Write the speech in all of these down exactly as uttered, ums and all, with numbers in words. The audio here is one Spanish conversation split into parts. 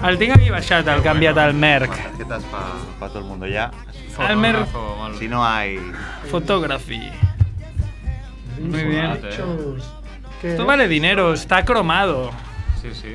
El tinc aquí baixat, el canviat al Merck. Tarjetas para pa todo el mundo ya. Al Merck Si no hay... Photography. Muy bien. ¿Qué? Esto vale dinero, está cromado. Sí, sí.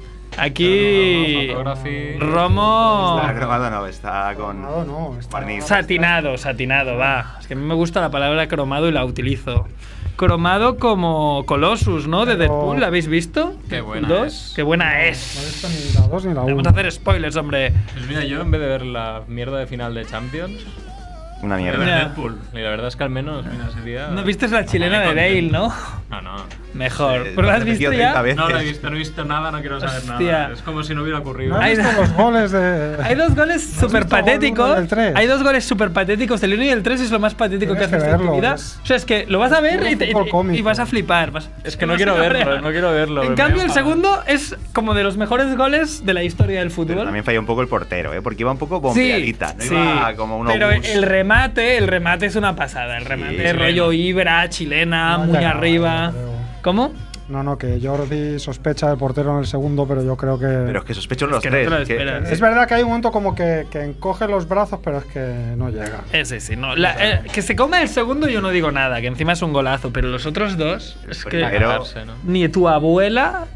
Aquí Photography. Romo Está cromado, no, está con No, no, está- barniz. satinado, satinado, va. Es que a mí me gusta la palabra cromado y la utilizo. Cromado como Colossus, ¿no? De Deadpool, ¿la habéis visto? Qué buena ¿Dos? es. Qué buena No he es. visto ni la dos ni la Vamos uno. a hacer spoilers, hombre. Pues mira, yo en vez de ver la mierda de final de Champions, Una voy a ver mierda. Ya. Deadpool. Y la verdad es que al menos, mira, sería. ¿No viste la chilena de Bale, no? No, no. Mejor. Sí, ¿Pero la has lo he repetido visto treinta ya? veces. No lo he visto, no he visto nada, no quiero saber Hostia. nada. Es como si no hubiera ocurrido. ¿No has Hay- visto los goles de...? Hay dos goles súper visto el uno y patéticos. el tres? Hay dos goles súper patéticos. El uno y el tres es lo más patético Tienes que has que visto en tu verlo, vida. es- O sea, es que lo vas a ver es y, te- fútbol y- cómico. y vas a flipar. vas- Es que no vas quiero a cabrear. verlo, no quiero verlo. En me cambio, el enfada. segundo es como de los mejores goles de la historia del Pero fútbol. también falló un poco el portero, ¿eh? Porque iba un poco Sí, bombeadita. No sí. iba como un Pero obús. el remate, el remate es una pasada. El remate Sí, rollo Ibra, chilena, No muy llegaba, arriba. yo creo. ¿Cómo? No, no, que Jordi sospecha del portero en el segundo, pero yo creo que... Pero es que sospecho los que no tres. te lo que- esperas. Es verdad que hay un momento como que, que encoge los brazos, pero es que no llega. Ese sí, no. La- eh, que se coma el segundo yo no digo nada, que encima es un golazo, pero los otros dos es que Primero- Cagarse, ¿no? ni tu abuela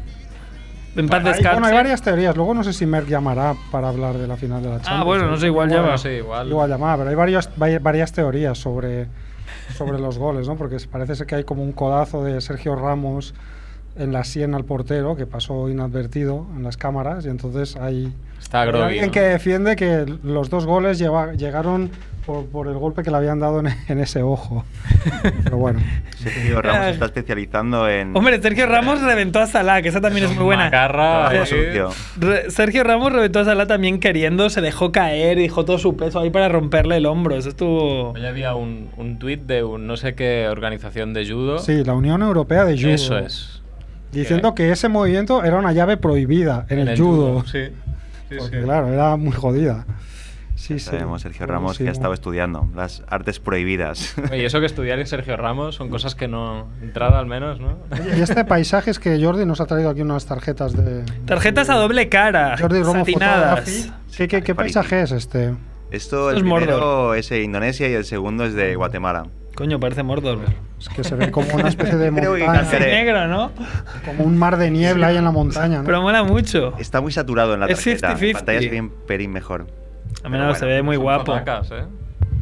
en paz Hay, descanse. bueno, hay varias teorías. Luego no sé si Merck llamará para hablar de la final de la Champions. Ah, bueno, no sé, igual ya va. Sí, igual. Igual llamará, pero hay varios, vari- varias teorías sobre, sobre los goles, ¿no? Porque parece ser que hay como un codazo de Sergio Ramos en la sien al portero que pasó inadvertido en las cámaras y entonces hay, Está hay groggy, alguien ¿no? que defiende que los dos goles lleva- llegaron por, por el golpe que le habían dado en, en ese ojo. Pero bueno. Sergio Ramos se está especializando en. Hombre, Sergio Ramos reventó a Salah, que esa también es muy buena. Macarra, Trabajo eh, sucio. Re- Sergio Ramos reventó a Salah también queriendo, se dejó caer y dejó todo su peso ahí para romperle el hombro. Eso estuvo. Hoy había un, un tuit de un no sé qué organización de judo. Sí, la Unión Europea de Judo. Eso es. Diciendo que ese movimiento era una llave prohibida en, el, judo. Sí. Sí, Porque, sí. claro, era muy jodida. Sí, sí. Sabemos, Sergio Ramos, que ha Buenísimo. estado estudiando las artes prohibidas. Oye, eso que estudiar en Sergio Ramos son cosas que no. Entrada al menos, ¿no? Oye, y este paisaje es que Jordi nos ha traído aquí unas tarjetas de. Tarjetas a doble cara, Jordi Romo satinadas. Photography. ¿Qué, qué, qué paisaje es este? Esto, el Es primero Mordor. es de Indonesia y el segundo es de Guatemala. Coño, parece Mordor. Es que se ve como una especie de Creo que montaña, cambiaré. Negro, ¿no? como un mar de niebla ahí en la montaña, ¿no? Pero mola mucho. Está muy saturado en la Es tarjeta. cincuenta En pantalla se cincuenta. ve un pelín mejor. A menos Pero se bueno, ve muy Son guapo. fotacas, ¿eh?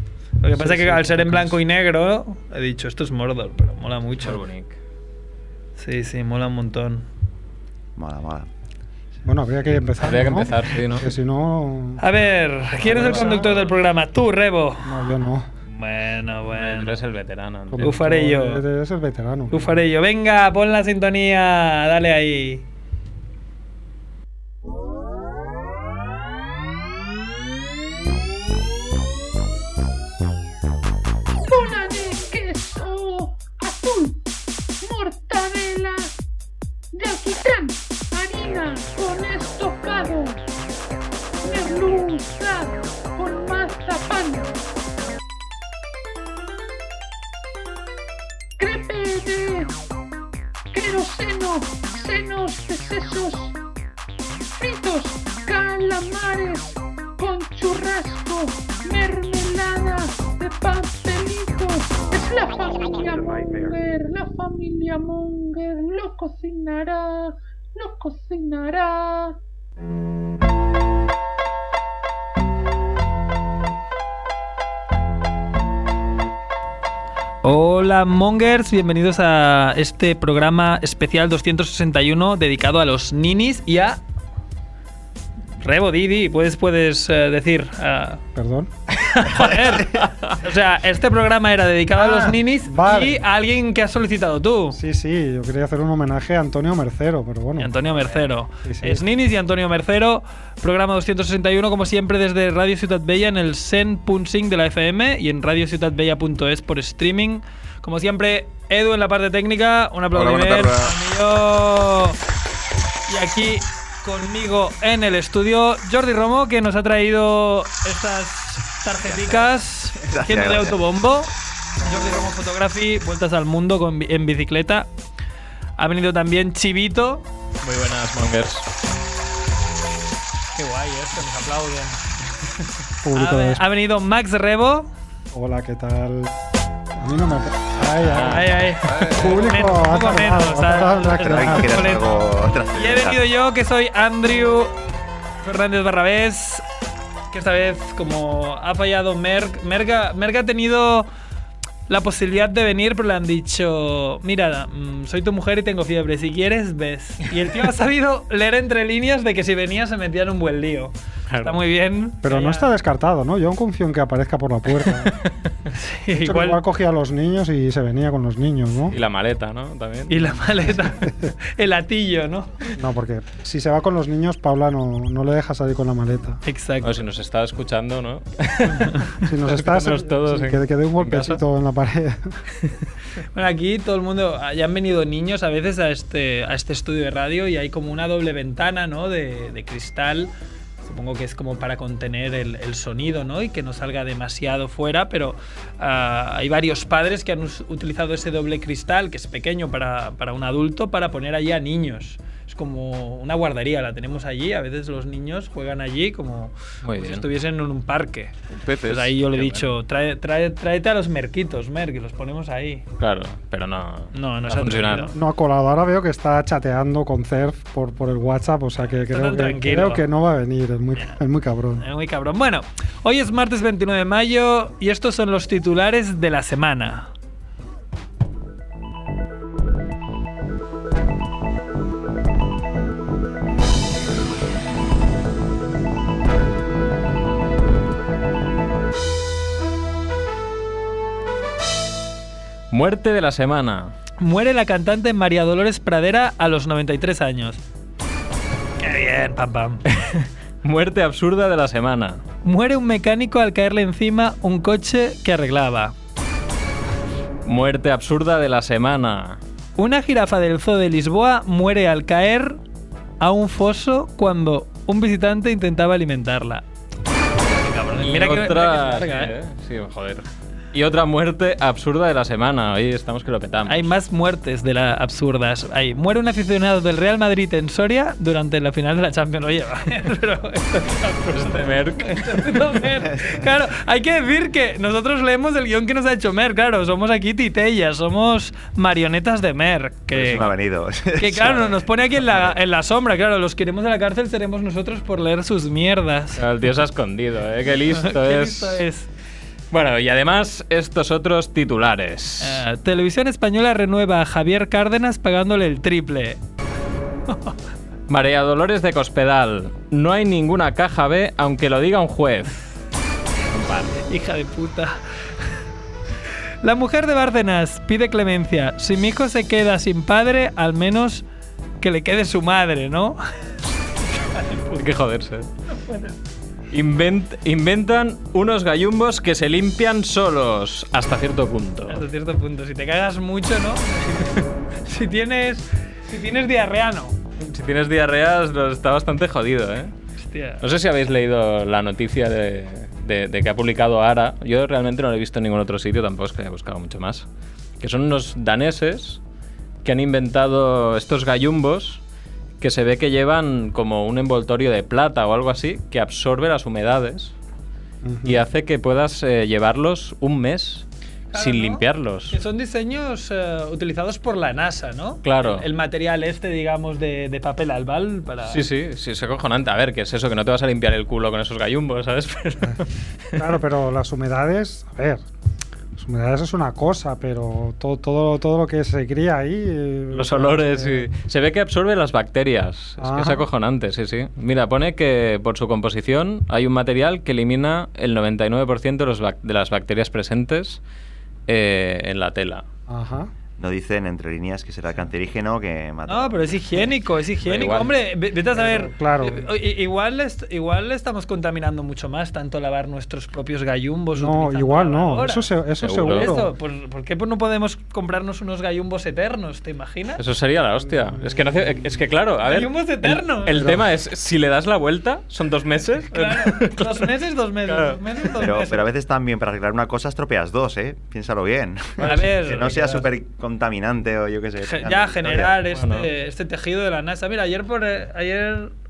Lo que pasa Sí, es que sí, al ser en fotacas. blanco y negro, he dicho, esto es Mordor, pero mola Muy mucho. bonito. Sí, sí, mola un montón. Mola, mola. Bueno, habría que empezar. Habría que ¿no? empezar, sí, ¿no? Que si no. A ver, ¿quién es el conductor del programa? Tú, Rebo. No, yo no. Bueno, Tú bueno. eres el veterano, ¿no? Como Lo faré yo. Eres el veterano. Tú faré yo. Venga, pon la sintonía. Dale ahí. Bola de queso azul, mortadela de alquitrán, harina con estofado, merluza con mazapán, crepe de queroseno, senos de sesos, fritos, calamares con churrasco, mermelada de pastelito. Es la familia Munger, la familia Munger lo cocinará, lo cocinará. Hola Mongers, bienvenidos a este programa especial doscientos sesenta y uno dedicado a los ninis y a... Rebo, Didi, puedes, puedes eh, decir... ah, Perdón. joder. O sea, este programa era dedicado a Ah, los ninis vale. y a alguien que has solicitado tú. Sí, sí, yo quería hacer un homenaje a Antonio Mercero, pero bueno. Y Antonio Mercero. Sí, sí. Es Ninis y Antonio Mercero. Programa doscientos sesenta y uno, como siempre, desde Radio Ciutat Bella en el cent punt cinc de la F M y en radio ciutat bella punto es por streaming. Como siempre, Edu en la parte técnica. Un aplaudimiento. Hola, buenas Amigo. Y aquí conmigo en el estudio, Jordi Romo, que nos ha traído estas tarjeticas Gracias, llenas de gracias. autobombo. Jordi Romo Photography, vueltas al mundo con, en bicicleta. Ha venido también Chivito. Muy buenas, Mongers. Qué guay esto, nos aplauden. Público Ha, de... ha venido Max Rebo. Hola, ¿qué tal? A mí no me... Ay, Ay, ay. ay. Público, Menos, un ha poco tardado, menos, ha o sea, tardado en reaccionar. Ay, ¿quieres Boleto. algo otra? Y he venido yo, que soy Andrew Fernández Barrabés, que esta vez, como ha fallado Merck, Merck ha, Merck ha tenido la posibilidad de venir, pero le han dicho, mira, mm, soy tu mujer y tengo fiebre, si quieres, ves. Y el tío ha sabido leer entre líneas de que si venía se metía en un buen lío. Claro. Está muy bien. Pero no Ya- está descartado, ¿no? Yo aún confío en que aparezca por la puerta. Sí, De hecho, igual- igual cogía a los niños y se venía con los niños, ¿no? Y la maleta, ¿no? También. Y la maleta, el atillo, ¿no? No, porque si se va con los niños, Paula no, no le deja salir con la maleta. Exacto. O si nos está escuchando, ¿no? Si nos estás, Escuchándonos todos sí, en- que, que dé un en golpecito en la pared. Bueno, aquí todo el mundo, ya han venido niños a veces a este, a este estudio de radio y hay como una doble ventana, ¿no? De, de cristal. Supongo que es como para contener el, el sonido, ¿no? Y que no salga demasiado fuera, pero ah, hay varios padres que han us- utilizado ese doble cristal, que es pequeño para, para un adulto, para poner allí a niños. Es como una guardería, la tenemos allí. A veces los niños juegan allí como, Muy como si bien. estuviesen en un parque. Peces. Pues ahí yo le he Qué dicho, trae, trae, tráete a los merquitos, Merck, y los ponemos ahí. Claro, pero no. No, no va se a ha funcionar. atrevido. No ha colado. Ahora veo que está chateando con Cerf por, por el WhatsApp, o sea que Está creo tan que, tranquilo. creo que no va a venir. Es muy, es muy cabrón. Eh, Muy cabrón. Bueno, hoy es martes veintinueve de mayo y estos son los titulares de la semana. Muerte de la semana. Muere la cantante María Dolores Pradera a los noventa y tres años. Qué bien, pam pam. Muerte absurda de la semana. Muere un mecánico al caerle encima un coche que arreglaba. Muerte absurda de la semana. Una jirafa del zoo de Lisboa muere al caer a un foso cuando un visitante intentaba alimentarla. Qué cabrón. Y Mira que, otra... mira que es larga, ¿eh? Sí, joder. Y otra muerte absurda de la semana. Hoy estamos que lo petamos. Hay más muertes de las absurdas. Hay, muere un aficionado del Real Madrid en Soria durante la final de la Champions. Oye, pero esto es absurdo. Este Merck. No, Merck. Claro, hay que decir que nosotros leemos el guión que nos ha hecho Merck. Claro, somos aquí titellas, somos marionetas de Merck. Por Que, eso me ha venido. que claro, nos pone aquí en la, en la sombra. Claro, los que iremos a la cárcel seremos nosotros por leer sus mierdas. El tío se ha escondido, ¿eh? Qué listo Qué es. listo es. Bueno, y además estos otros titulares. Eh, Televisión Española renueva a Javier Cárdenas pagándole el triple. María Dolores de Cospedal. No hay ninguna caja B aunque lo diga un juez. Hija de puta. La mujer de Bárcenas pide clemencia. Si mi hijo se queda sin padre, al menos que le quede su madre, ¿no? Hay que joderse. Invent- inventan unos gallumbos que se limpian solos hasta cierto punto. Hasta cierto punto. Si te cagas mucho, ¿no? si tienes. Si tienes diarrea, no. Si tienes diarreas, lo- está bastante jodido, ¿eh? Hostia. No sé si habéis leído la noticia de, de- de que ha publicado Ara. Yo realmente no lo he visto en ningún otro sitio, tampoco es que haya buscado mucho más. Que son unos daneses que han inventado estos gallumbos que se ve que llevan como un envoltorio de plata o algo así que absorbe las humedades y hace que puedas eh, llevarlos un mes Claro, sin ¿no? limpiarlos. Que son diseños eh, utilizados por la NASA, ¿no? Claro. El, el material este, digamos, de, de papel albal para. Sí, sí, sí, es acojonante. A ver, ¿qué es eso? Que no te vas a limpiar el culo con esos gallumbos, ¿sabes? Pero... Claro, pero las humedades, a ver, las humedades es una cosa, pero todo, todo, todo lo que se cría ahí... eh, Los pues, olores eh, y... Se ve que absorbe las bacterias. Es que es Ajá. acojonante, sí, sí. Mira, pone que por su composición hay un material que elimina el noventa y nueve por ciento de, los bac- de las bacterias presentes eh, en la tela. Ajá. No dicen entre líneas que será cancerígeno, que mata. No, pero es higiénico, es higiénico. igual. Hombre, ve- vete a saber. claro. eh, i- Igual, est- igual estamos contaminando mucho más, tanto lavar nuestros propios gallumbos. No, utilizando igual no, lavadora. eso, se- eso Seguro. seguro. Eso, ¿por, por qué pues no podemos comprarnos unos gallumbos eternos? ¿Te imaginas? Eso sería la hostia. Es que, no hace- es que claro, a ver... Gallumbos el- eternos. El, Pero- tema es, si le das la vuelta, son dos meses. Claro, dos meses, dos meses, Claro. dos meses, dos Pero, meses. pero a veces también para arreglar una cosa estropeas dos, ¿eh? Piénsalo bien. A ver, que no sea claro. súper contaminante o yo qué sé. Ge- tengan ya su generar historia. este, Bueno. este tejido de la NASA. Mira, ayer por eh, ayer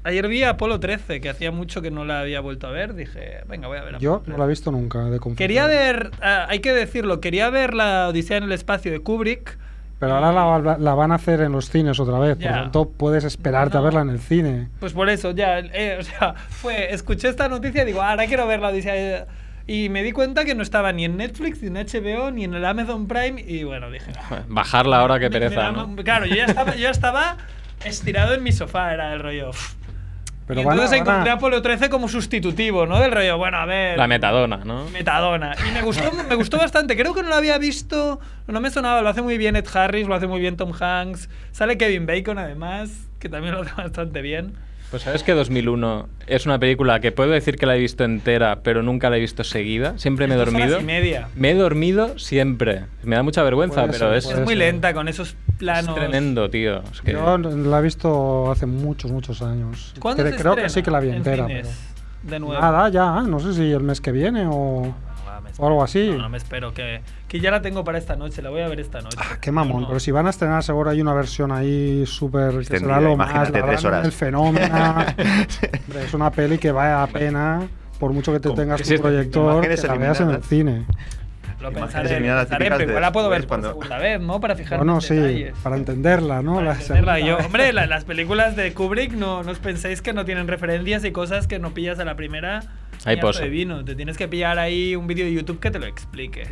Ayer vi Apolo trece, que hacía mucho que no la había vuelto a ver. Dije, venga, voy a ver Apolo Yo trece. no la he visto nunca, de confesar. Quería ver, ah, hay que decirlo, quería ver la Odisea en el espacio de Kubrick. Pero ahora la, la van a hacer en los cines otra vez, Ya. por lo tanto puedes esperarte No. a verla en el cine. Pues por eso, ya, eh, o sea, fue, escuché esta noticia y digo, ahora quiero ver la Odisea. Y me di cuenta que no estaba ni en Netflix, ni en H B O, ni en el Amazon Prime. Y bueno, dije, "Ah, Bajarla ahora, qué me- me pereza, da ¿no? ma- Claro, yo ya, estaba, yo ya estaba estirado en mi sofá, era el rollo. Pero y van a- entonces van a- encontré Apolo trece como sustitutivo, ¿no? Del rollo, bueno, a ver. La metadona, ¿no? Metadona. Y me gustó, me gustó bastante. Creo que no lo había visto. No me sonaba. Lo hace muy bien Ed Harris, lo hace muy bien Tom Hanks. Sale Kevin Bacon, además, que también lo hace bastante bien. Pues sabes que dos mil uno es una película que puedo decir que la he visto entera, pero nunca la he visto seguida. Siempre me he Es dos horas dormido. y media. Me he dormido siempre. Me da mucha vergüenza, Puede pero ser, es, puede Es muy ser. lenta con esos es planos. tremendo, tío. Es que- Yo la he visto hace muchos, muchos años. ¿Cuándo Cre- se Creo que estrena sí que la vi en entera. cines? Pero... De nuevo. Nada, ya, no sé si el mes que viene o, Ah, me o algo así. No, no me espero. Que, que ya la tengo para esta noche. La voy a ver esta noche. Ah, qué mamón, No. pero si van a estrenar seguro hay una versión ahí súper que Extendida, será lo más, imagínate, la tres gran- horas. el fenómeno. Hombre, es una peli que vale la pena por mucho que te Con- tengas sí, un proyector imágenes que la veas en el eliminadas. cine. Lo Imágenes pensaré, lo eliminadas pensaré, típicas pero de igual la puedo ver después, por cuando- segunda vez, ¿no? Para fijarme Bueno, en sí, detalles. para entenderla, ¿no? Para La entenderla. segunda Yo, vez. hombre, la- las películas de Kubrick no, no os penséis que no tienen referencias y cosas que no pillas a la primera. Hay ni harto pozo. de vino. Te tienes que pillar ahí un vídeo de YouTube que te lo explique.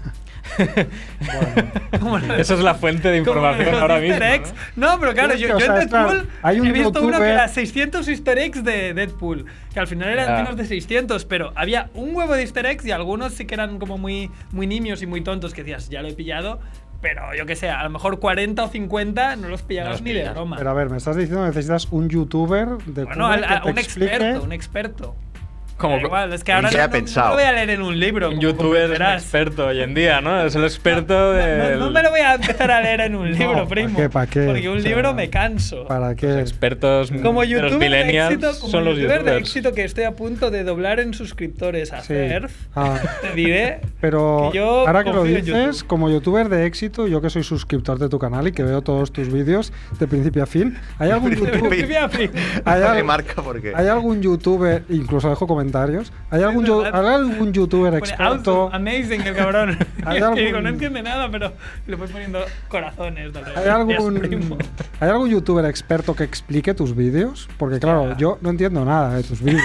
Como lo de- Esa es la fuente de como lo de información los ahora easter mismo. eggs. No, pero claro, Es yo, que, o yo sea, en es claro, Deadpool hay un he visto uno que youtuber- era seiscientos easter eggs de Deadpool, que al final eran Ya. menos de seiscientos, pero había un huevo de easter eggs y algunos sí que eran como muy, muy nimios y muy tontos que decías, ya lo he pillado, pero yo que sé, a lo mejor cuarenta o cincuenta no los pillabas No los ni de pillas. broma. Pero a ver, me estás diciendo que necesitas un youtuber de Bueno, Kubrick al- que a- te un explique. experto, un experto. Como- Da igual, es que ¿En ahora qué no, ha no- no pensado? lo voy a leer en un libro. Un como youtuber es un comprenderás. experto hoy en día, ¿no? Es el experto No, del... no me lo voy a empezar a leer en un No, libro, ¿para primo. qué, para qué? Porque un O sea, libro me canso. ¿Para Los qué? expertos Como de los youtuber de millennials éxito, como son los youtuber de youtubers. éxito que estoy a punto de doblar en suscriptores a Sí. Cerf, Ah. te diré Pero que yo ahora que lo confío en dices, YouTube. como youtuber de éxito, yo que soy suscriptor de tu canal y que veo todos tus vídeos de principio a fin, ¿hay algún De youtuber, principio a fin. hay al- Remarca porque. ¿hay algún youtuber, incluso dejo comentarios, ¿hay algún, yo- verdad. ¿hay algún youtuber Pone experto? awesome, amazing el cabrón. ¿Hay Y es que algún- digo, no entiende nada, pero le voy poniendo corazones. dale, ¿Hay gracias, primo. algún, ¿Hay algún youtuber experto que explique tus vídeos? Porque claro, Ya. yo no entiendo nada de tus vídeos.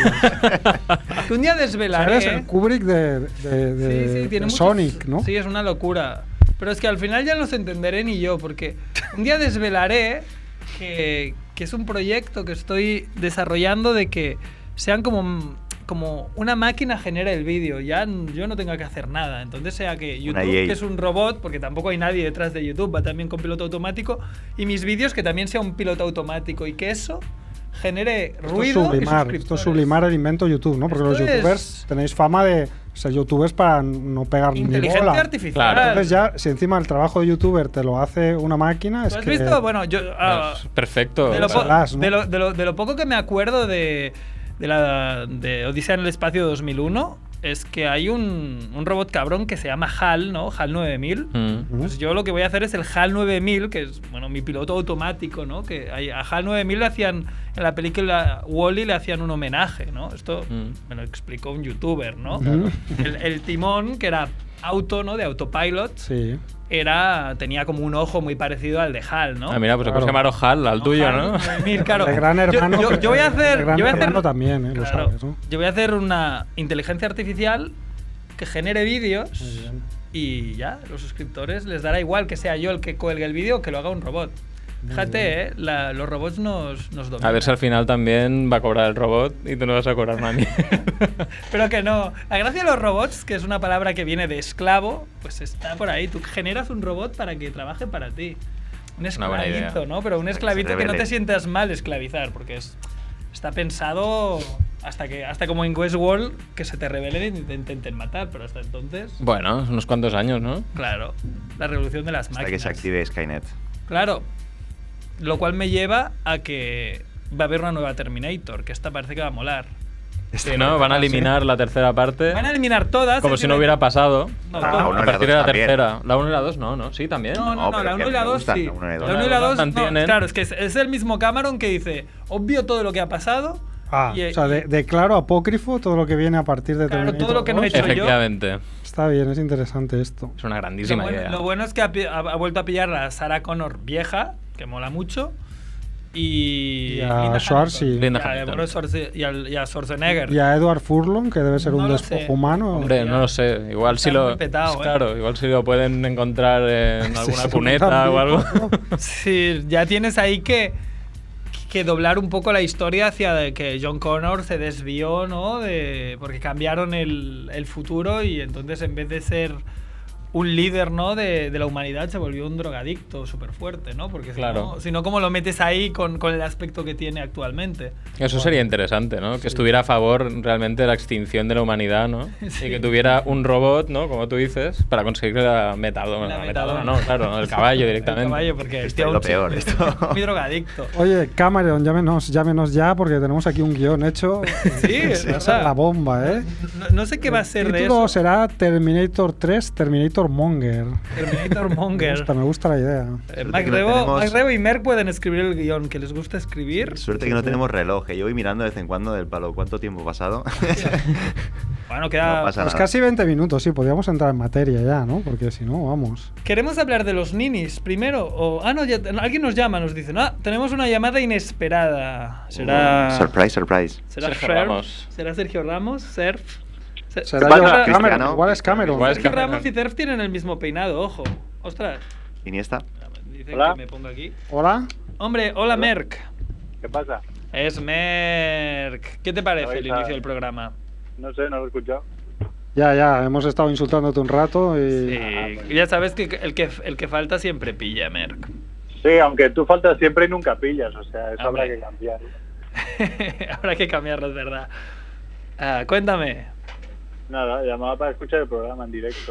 Que un día O sea, desvelaré. eres el Kubrick de, de- de- Sí, sí, tiene de muchos- Sonic, ¿no? Sí, es una locura. Pero es que al final ya no los entenderé ni yo, porque un día desvelaré que, que es un proyecto que estoy desarrollando de que sean como, como una máquina genera el vídeo, ya n- yo no tenga que hacer nada. Entonces sea que YouTube, I A. que es un robot, porque tampoco hay nadie detrás de YouTube, va también con piloto automático, y mis vídeos que también sea un piloto automático y que eso genere Esto es ruido y sublimar, esto es suscriptores. sublimar el invento YouTube, ¿no? Porque Esto los youtubers es- tenéis fama de ser youtubers para no pegar ni Inteligencia bola. artificial. Claro. Entonces ya, si encima el trabajo de youtuber te lo hace una máquina, es ¿Tú has que... visto? Bueno, yo... ah, Es perfecto. de lo, po- Sabrás, ¿no? de, lo, de lo- de lo poco que me acuerdo de, de la de Odisea en el Espacio dos mil uno es que hay un, un robot cabrón que se llama HAL, ¿no? HAL nueve mil. Mm. Pues yo lo que voy a hacer es el HAL nueve mil, que es bueno mi piloto automático, ¿no? Que hay- a HAL nueve mil le hacían, en la película Wall-E le hacían un homenaje, ¿no? Esto Mm. me lo explicó un youtuber, ¿no? Ujú. El, el timón, que era auto, ¿no? De autopilot, Sí. era, tenía como un ojo muy parecido al de HAL, ¿no? Ah, mira, pues se puede Claro. llamar Ojal al tuyo, ¿no? HAL nueve mil, claro. De Gran Hermano. Yo, yo- yo voy a hacer, de Gran yo voy a hacer Hermano también, ¿eh? Lo claro, sabes, ¿no? yo voy a hacer una inteligencia artificial que genere vídeos Muy bien. y ya, los suscriptores les dará igual que sea yo el que cuelgue el vídeo o que lo haga un robot. Fíjate, ¿eh? La- los robots nos, nos dominan. A ver si al final también va a cobrar el robot y tú no vas a cobrar una mierda. Pero que no. La gracia de los robots, que es una palabra que viene de esclavo, pues está por ahí. Tú generas un robot para que trabaje para ti. Un Una buena idea. esclavito, ¿no? Pero un Para que se esclavito que no revele. te sientas mal esclavizar, porque es, está pensado hasta que hasta como en Westworld que se te rebelen y te intenten matar, pero hasta entonces, Bueno, unos cuantos años, ¿no? claro, la revolución de las Hasta máquinas. que se active Skynet. Claro. Lo cual me lleva a que va a haber una nueva Terminator, que esta parece que va a molar. Sí, ¿no? Van a eliminar la tercera parte. Van a eliminar todas. Como es si que no me- hubiera pasado. No, Ah, todas. uno A y la partir dos de la también. tercera. La uno y la dos no, ¿no? Sí, también. No, no, No, no, pero la que uno y la me dos gustan, sí. la uno y la dos. La uno y la dos, no, Mantienen. claro, es que es, es el mismo Cameron que dice, obvio todo lo que ha pasado. Ah, y- o sea, de, de claro apócrifo todo lo que viene a partir de Claro, Terminator todo lo que no he dos. hecho yo. Efectivamente. Está bien, es interesante esto. Es una Lo grandísima bueno, idea. lo bueno es que ha, pi- ha- ha vuelto a pillar a Sarah Connor vieja, que mola mucho. Y, Y a Linda Schwarzenegger. Hamilton. Linda Y a- Hamilton. bueno, Schwarze- y, al- y a Schwarzenegger. Y a Edward Furlong, que debe ser No un lo despojo sé. humano. Hombre, no lo sé. Igual si Está lo. muy petado, ¿eh? Claro, igual si lo pueden encontrar en Sí, alguna sí, cuneta también. o algo. Sí, ya tienes ahí que, que doblar un poco la historia hacia de que John Connor se desvió, ¿no? De, porque cambiaron el, el futuro y entonces en vez de ser un líder, ¿no? de, de la humanidad se volvió un drogadicto súper fuerte, ¿no? Porque si, Claro. no, si no, ¿cómo lo metes ahí con, con el aspecto que tiene actualmente? Eso sería interesante, ¿no? Que estuviera a favor realmente de la extinción de la humanidad, ¿no? Sí. Y que tuviera un robot, ¿no? Como tú dices, para conseguir la metadona. La La metadona. metadona, no, claro, el caballo El directamente. caballo, porque Esto tío, es lo un chico peor, esto. muy drogadicto. Oye, Cameron, llámenos, llámenos ya porque tenemos aquí un guión hecho. Sí, es Va a ser verdad. la bomba, ¿eh? No, no sé qué va a ser El de título eso. será Terminator tres, Terminator Monger. Terminator Me Monger. gusta, me gusta la idea. Eh, Suerte Mike que no Rebo, tenemos- Mike Rebo y Merck pueden escribir el guión que les gusta escribir. Suerte que no tenemos reloj, que yo voy mirando de vez en cuando del palo. ¿Cuánto tiempo ha pasado? Bueno, queda. No pasa Pues nada. casi veinte minutos, sí, podríamos entrar en materia ya, ¿no? Porque si no, vamos. ¿Queremos hablar de los ninis primero? O, ah, no, ya- alguien nos llama, nos dice, ah, tenemos una llamada inesperada. Será. Surprise, surprise. ¿Será Sergio Serf? Ramos. ¿Será Sergio Ramos? Surf. Se- Será pasa, yo, Cristiano? Cameron, igual es Cameron. Igual es Sergio Cameron. Ramos y Surf tienen el mismo peinado, ojo. Ostras. Iniesta. Dicen Hola. que me ponga aquí. Hola. Hombre, hola, Merck. ¿Qué pasa? Es Merck. ¿Qué te parece el Ahorita- inicio del programa? No sé, no lo he escuchado. Ya, ya, hemos estado insultándote un rato y... Sí, ya sabes que el que, el que falta siempre pilla, Merck. Sí, aunque tú faltas siempre y nunca pillas, o sea, eso Hombre. habrá que cambiar. Habrá que cambiarlo, es verdad. Ah, cuéntame. Nada, llamaba para escuchar el programa en directo.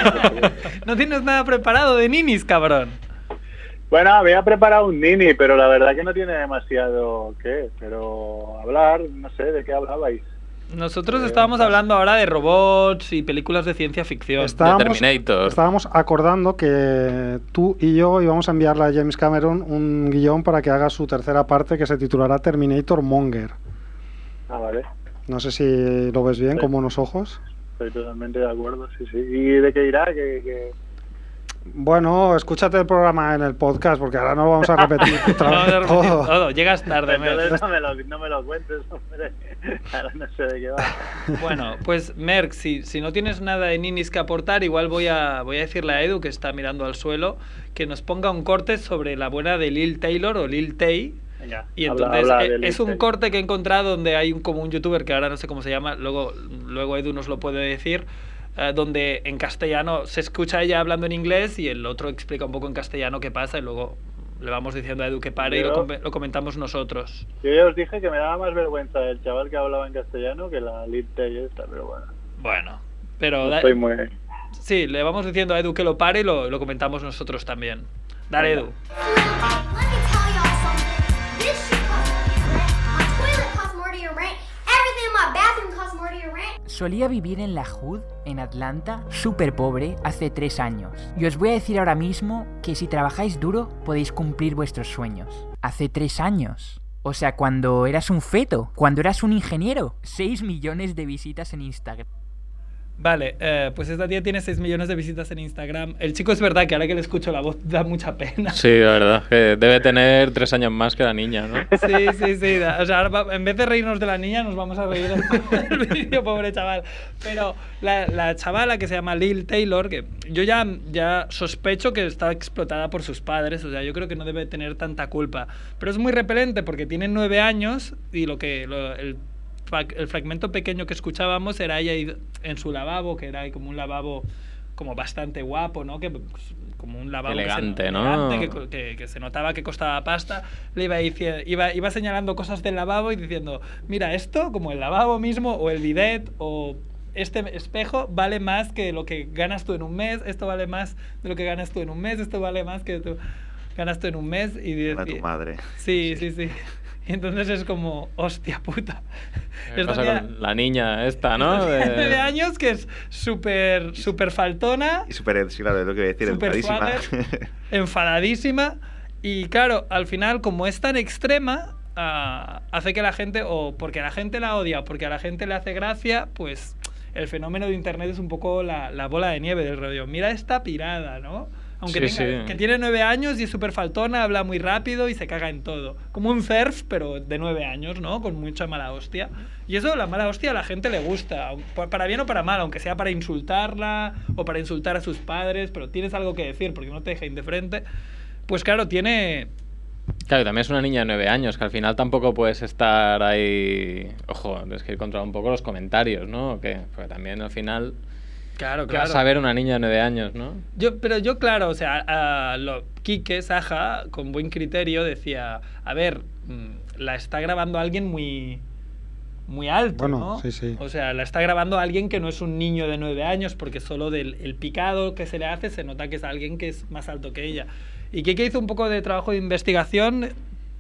No tienes nada preparado de ninis, cabrón. Bueno, había preparado un nini, pero la verdad que no tiene demasiado que, pero hablar, no sé, ¿de qué hablabais? Nosotros Eh, estábamos hablando ahora de robots y películas de ciencia ficción. Estábamos, Terminator. estábamos acordando que tú y yo íbamos a enviarle a James Cameron un guión para que haga su tercera parte que se titulará Terminator Monger. Ah, vale, No sé si lo ves bien, Sí. como unos ojos. estoy totalmente de acuerdo, sí, sí. ¿Y de qué irá? ¿Qué, qué... Bueno, escúchate el programa en el podcast porque ahora no lo vamos a repetir otra No, vez no, repetir todo. todo. Llegas tarde, Merck. Entonces no me, lo, no me lo cuentes, hombre. Ahora no sé de qué va. Bueno, pues Merck, si, si no tienes nada de ninis que aportar, igual voy a, voy a decirle a Edu, que está mirando al suelo, que nos ponga un corte sobre la buena de Lil Taylor o Lil Tay. Venga, Y habla- entonces habla eh, del es un Intel. corte que he encontrado donde hay un, como un youtuber que ahora no sé cómo se llama, luego, luego Edu nos lo puede decir, eh, donde en castellano se escucha ella hablando en inglés y el otro explica un poco en castellano qué pasa y luego le vamos diciendo a Edu que pare y lo, Yo- com- lo comentamos nosotros. Yo ya os dije que me daba más vergüenza el chaval que hablaba en castellano que la Lite y esta, pero bueno. Bueno, pero No da- estoy muy... sí, le vamos diciendo a Edu que lo pare y lo, lo comentamos nosotros también. Dale, Edu. Let me tell y'all something. This shit costs more to your rent. My toilet costs more to your rent. Everything in my bathroom costs more to your rent. Solía vivir en la Hood, en Atlanta, súper pobre, hace tres años. Y os voy a decir ahora mismo que si trabajáis duro podéis cumplir vuestros sueños. Hace tres años. O sea, cuando eras un feto, cuando eras un ingeniero. seis millones de visitas en Instagram. Vale, eh, pues esta tía tiene seis millones de visitas en Instagram. El chico es verdad que ahora que le escucho la voz da mucha pena. Sí, la verdad, que debe tener tres años más que la niña, ¿no? Sí, sí, sí. da- O sea, ahora va- en vez de reírnos de la niña, nos vamos a reír del, del vídeo, pobre chaval. Pero la, la chavala que se llama Lil Taylor, que yo ya, ya sospecho que está explotada por sus padres, o sea, yo creo que no debe tener tanta culpa. Pero es muy repelente porque tiene nueve años y lo que lo- el, fra- el fragmento pequeño que escuchábamos era ella id- en su lavabo, que era ahí como un lavabo como bastante guapo, ¿no? Que, como un lavabo que se- Elegante, ¿no? elegante, que co- que, que se notaba que costaba pasta, le iba, dici- iba, iba señalando cosas del lavabo y diciendo, mira, esto, como el lavabo mismo, o el bidet, o este espejo, vale más que lo que ganas tú en un mes, esto vale más de lo que ganas tú en un mes, esto vale más que tú ganas tú en un mes. Y, de- A tu y- madre. Sí, sí, sí. Y entonces es como, hostia puta. ¿Qué Esta pasa tía- con la niña esta, no? esta tía de nueve De- años que es súper súper faltona, Y súper, sí, claro, es lo que voy a decir, súper enfadísima. swagger, enfadadísima. Y claro, al final, como es tan extrema, ah, hace que la gente, o porque la gente la odia, o porque a la gente le hace gracia, pues el fenómeno de internet es un poco la, la bola de nieve del rollo. Mira esta pirada, ¿no? Aunque Sí, tenga- sí. que tiene nueve años y es súper faltona, habla muy rápido y se caga en todo. Como un surf, pero de nueve años, ¿no? Con mucha mala hostia. Y eso, la mala hostia, a la gente le gusta. aun- pa- Para bien o para mal, aunque sea para insultarla o para insultar a sus padres, pero tienes algo que decir porque no te deja indiferente. Pues claro, tiene... Claro, y también es una niña de nueve años, que al final tampoco puedes estar ahí... Ojo, tienes que ir contra un poco los comentarios, ¿no? ¿O qué? Porque también al final... Claro, ¿Qué claro. vas a ver una niña de nueve años, no? Yo, pero yo, claro, o sea, a lo, Quique Saja, con buen criterio, decía, a ver, mm, la está grabando alguien muy, muy alto, Bueno, ¿no? sí, sí. O sea, la está grabando alguien que no es un niño de nueve años, porque solo del el picado que se le hace se nota que es alguien que es más alto que ella. Y Quique hizo un poco de trabajo de investigación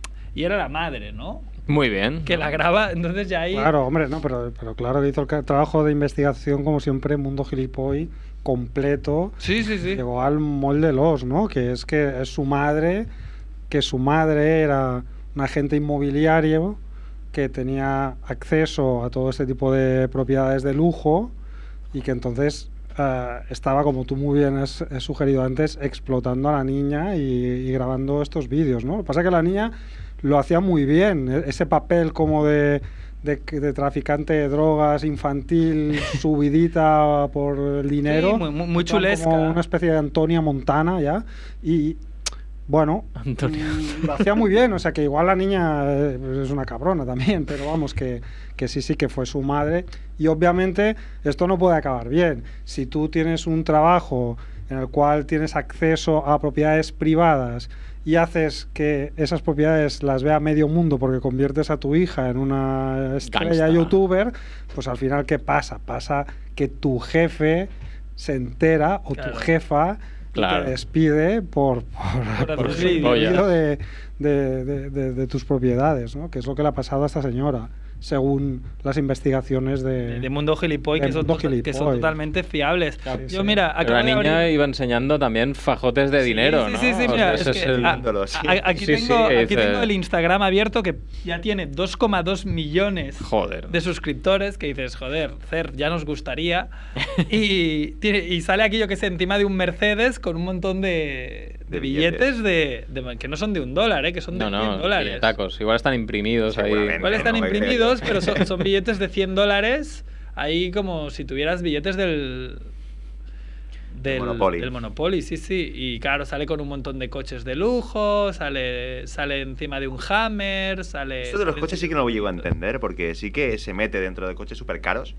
y era la madre, ¿no? Muy bien. Que la graba, entonces ya ahí... Claro, hombre, no, pero, pero claro que hizo el ca- trabajo de investigación, como siempre, Mundo Gilipoy, completo. Sí, sí, sí. Llegó al molde Los, ¿no? Que es que es su madre, que su madre era un agente inmobiliario que tenía acceso a todo este tipo de propiedades de lujo y que entonces eh, estaba, como tú muy bien has, has sugerido antes, explotando a la niña y, y grabando estos vídeos, ¿no? Lo que pasa es que la niña lo hacía muy bien, e- ese papel como de, de, de traficante de drogas infantil, subidita por el dinero. Sí, muy- muy- muy en plan chulesca. Como una especie de Antonia Montana ya. Y bueno, Antonia. mm, lo hacía muy bien, o sea que igual la niña eh, pues es una cabrona también, pero vamos, que, que sí, sí, que fue su madre. Y obviamente esto no puede acabar bien. Si tú tienes un trabajo en el cual tienes acceso a propiedades privadas y haces que esas propiedades las vea medio mundo porque conviertes a tu hija en una estrella Gangsta. youtuber, pues al final, ¿qué pasa? Pasa que tu jefe se entera o Claro. tu jefa y Claro. te despide por, por, Por por hacer el gilipollas. ruido de, de, de- de- de tus propiedades, ¿no? Que es lo que le ha pasado a esta señora, según las investigaciones de... De, de Mundo Gilipoy, de que son, Mundo tota- que son Gilipoy. totalmente fiables. Claro, Yo, sí. mira, Pero acabo la de niña abrir- iba enseñando también fajotes de Sí, dinero, sí, ¿no? Sí, sí, O mira, sea, es ese que el- a- Dándolo, sí. a- aquí, Sí, tengo, sí, aquí dice- tengo el Instagram abierto que ya tiene dos coma dos millones Joder. de suscriptores, que dices, joder, Cer, ya nos gustaría. y, tiene- y sale aquí, yo que sé, encima de un Mercedes con un montón de, de De billetes, de, de- que no son de un dólar, ¿eh? Que son de No, cien no, dólares. billetacos. Igual están imprimidos ahí. Seguramente. Igual están No, imprimidos, eh, pero son, son billetes de cien dólares. Ahí como si tuvieras billetes del... Del Monopoly. del Monopoly, sí, sí. Y claro, sale con un montón de coches de lujo, sale, sale encima de un Hammer, sale... Esto de los sale- coches sí que no lo llego a entender, porque sí que se mete dentro de coches súper caros.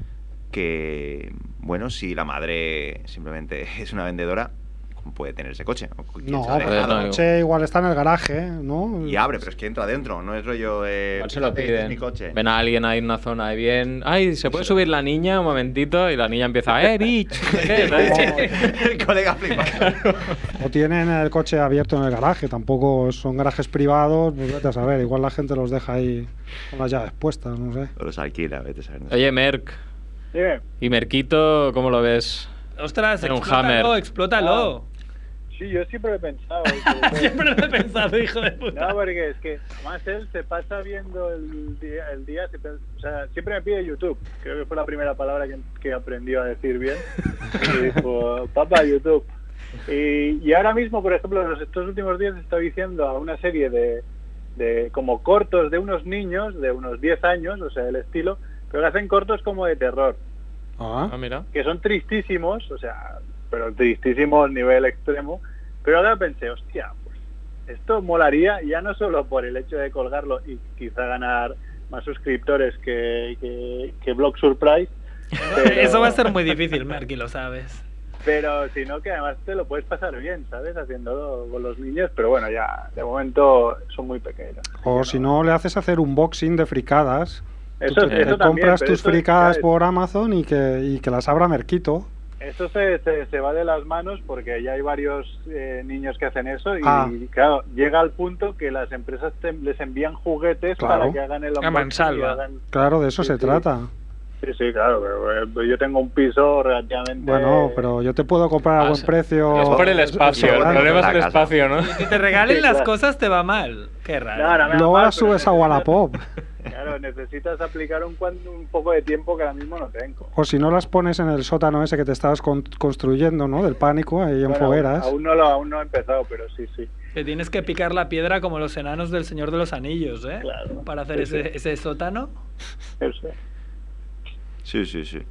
Que, bueno, si la madre simplemente es una vendedora, ¿cómo puede tener ese coche? ¿O quién No, se lo ha pero Joder, el dejado? no, coche igual está en el garaje, ¿no? Y abre, pero es que entra adentro, no es rollo. Eh, Igual se lo "Fíjate, este es piden. mi coche". Ven a alguien ahí en una zona de bien. Ay, ¿se puede subir la niña un momentito? Y la niña empieza, ¡eh, bitch! ¿Qué? El colega flipando. O tienen el coche abierto en el garaje, tampoco son garajes privados, pues vete a saber, igual la gente los deja ahí con las llaves puestas, no sé. O los alquila, vete a saber. no sé. Oye, Merck. Dime. ¿Y Merquito cómo lo ves? Ostras, Era un explótalo, Hammer. explótalo. Sí, yo siempre lo he pensado. Siempre lo he pensado, hijo de puta. No, porque es que además él se pasa viendo el día, el día siempre, o sea, siempre me pide YouTube. Creo que fue la primera palabra que, que aprendió a decir bien. Y dijo, papá, YouTube. Y, y ahora mismo, por ejemplo, en estos últimos días está diciendo a una serie de, de como cortos de unos niños de unos diez años, o sea, el estilo, pero que hacen cortos como de terror, Ah, Ah, mira. que son tristísimos, o sea, pero tristísimos nivel extremo. Pero ahora pensé, hostia, pues esto molaría ya no solo por el hecho de colgarlo y quizá ganar más suscriptores que, que, que Blog Surprise, pero- Eso va a ser muy difícil, Merky, lo sabes. pero sino que además te lo puedes pasar bien, ¿sabes? Haciéndolo con los niños, pero bueno, ya de momento son muy pequeños. o si no, le haces hacer un unboxing de fricadas. Tú Eso, te, eso te también, compras pero tus eso, fricadas ¿sabes? por Amazon y que, y que las abra Merquito. Eso se, se, se va de las manos porque ya hay varios eh, niños que hacen eso y, Ah. y, claro, llega al punto que las empresas te- les envían juguetes Claro. para que hagan el A unboxing mansalva. y hagan- Claro, de eso Sí, se sí. trata. Sí, sí, claro, pero eh, yo tengo un piso relativamente... Bueno, pero yo te puedo comprar a Ah, buen sí. precio. Es por el espacio, el sobrante. problema es el La casa. espacio, ¿no? Que te regalen Sí, las claro. cosas te va mal. Qué raro. No, no me da Luego mal, las pero subes a necesitas- Wallapop. Claro, necesitas aplicar un, cuan- un poco de tiempo que ahora mismo no tengo. O si no las pones en el sótano ese que te estabas con- construyendo, ¿no? Del pánico, ahí en Bueno, fogueras. Aún no, lo, aún no he empezado, pero sí, sí. Que tienes que picar la piedra como los enanos del Señor de los Anillos, ¿eh? Claro. Para hacer Sí, ese, sí. ese sótano. Eso. Sí, sí, sí.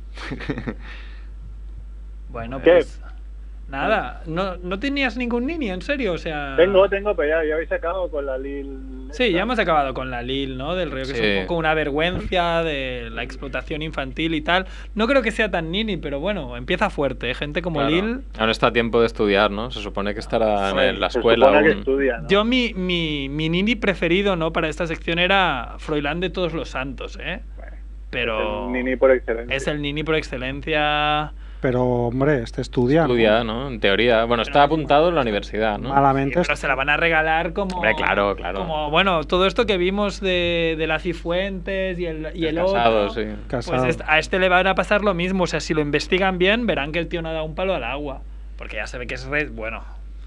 Bueno, ¿Qué? pues... Nada, no, no tenías ningún nini, en serio, o sea... Tengo, tengo, pero ya, ya habéis acabado con la Lil... Sí, ya hemos acabado con la Lil, ¿no? Del río, que Sí. es un poco una vergüenza de la explotación infantil y tal. No creo que sea tan nini, pero bueno, empieza fuerte, ¿eh? Gente como Claro. Lil... Aún está a tiempo de estudiar, ¿no? Se supone que estará Sí, en la se escuela supone que aún. estudia, ¿no? Yo, mi, mi, mi nini preferido, ¿no? Para esta sección era Froilán de Todos los Santos, ¿eh? Bueno, Pero... el nini por excelencia. Es el nini por excelencia... Pero, hombre, este estudia. ¿no? Estudia, ¿no? En teoría. Bueno, está apuntado en la universidad, ¿no? Malamente. Pero se la van a regalar como... Hombre, claro, claro. Como, bueno, todo esto que vimos de, de la Cifuentes y el, y el Casado, otro... sí. Casado. Pues est- a este le van a pasar lo mismo. O sea, si lo investigan bien, verán que el tío no ha dado un palo al agua. Porque ya se ve que es red... Bueno,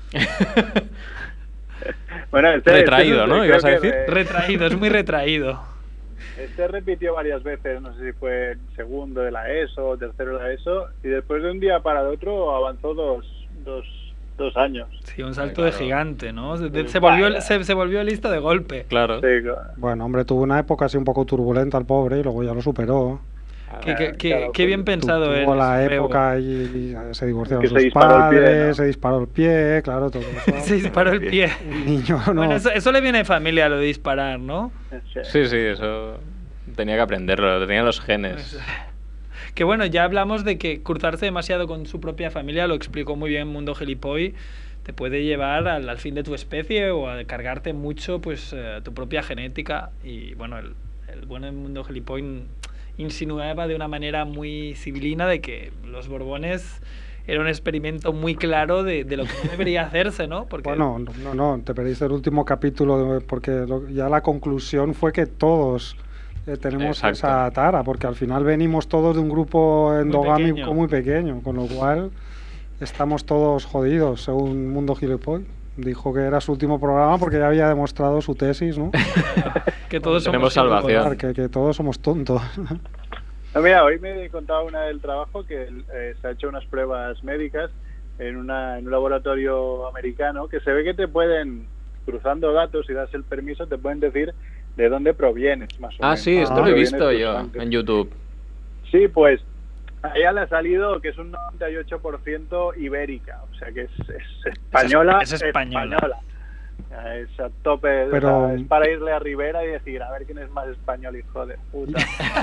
Bueno, este, Retraído, este, ¿no? creo ¿Ibas a que decir? re- retraído, es muy retraído. Este repitió varias veces, no sé si fue segundo de la ESO o tercero de la ESO, y después de un día para el otro avanzó dos, dos, dos años. Sí, un salto Claro. de gigante, ¿no? Se, Pues se volvió, vaya. se, se volvió listo de golpe. Claro. Sí, claro. Bueno, hombre, tuvo una época así un poco turbulenta el pobre y luego ya lo superó. Qué, qué- qué- Claro, qué bien pues, pensado Tu- eres. Tuvo la Bebo. época y, y se divorciaron Que se sus disparó el pie, padres, ¿no? se disparó el pie, claro, todo eso. Se disparó el pie. Un niño, ¿no? Bueno, eso, eso le viene de familia, lo de disparar, ¿no? Sí. Sí, sí, eso tenía que aprenderlo, tenía los genes. Que bueno, ya hablamos de que cruzarse demasiado con su propia familia, lo explicó muy bien Mundo Gilipoy, te puede llevar al, al fin de tu especie o a cargarte mucho pues eh, tu propia genética. Y bueno, el, el bueno de Mundo Gilipoy in- insinuaba de una manera muy civilina de que los Borbones era un experimento muy claro de, de lo que no debería hacerse, ¿no? Porque Bueno, no, no, te perdiste el último capítulo de- porque lo- ya la conclusión fue que todos eh, tenemos Exacto. esa tara, porque al final venimos todos de un grupo endogámico pequeño. muy pequeño, con lo cual estamos todos jodidos, según Mundo Gilipoy. Dijo que era su último programa porque ya había demostrado su tesis, ¿no? que todos Tenemos somos salvación. que, que todos somos tontos. No, mira, hoy me contaba una del trabajo que eh, se ha hecho unas pruebas médicas en, una, en un laboratorio americano que se ve que te pueden, cruzando datos y das el permiso, te pueden decir de dónde provienes, más o Ah, menos. sí, esto Ah. lo he Provienes visto tu yo sangre. en YouTube. Sí, pues a ella le ha salido que es un noventa y ocho por ciento ibérica, o sea que es, es española. es española. Ya, Es a tope, o Pero- sea, es para irle a Rivera y decir, a ver quién es más español, hijo de puta.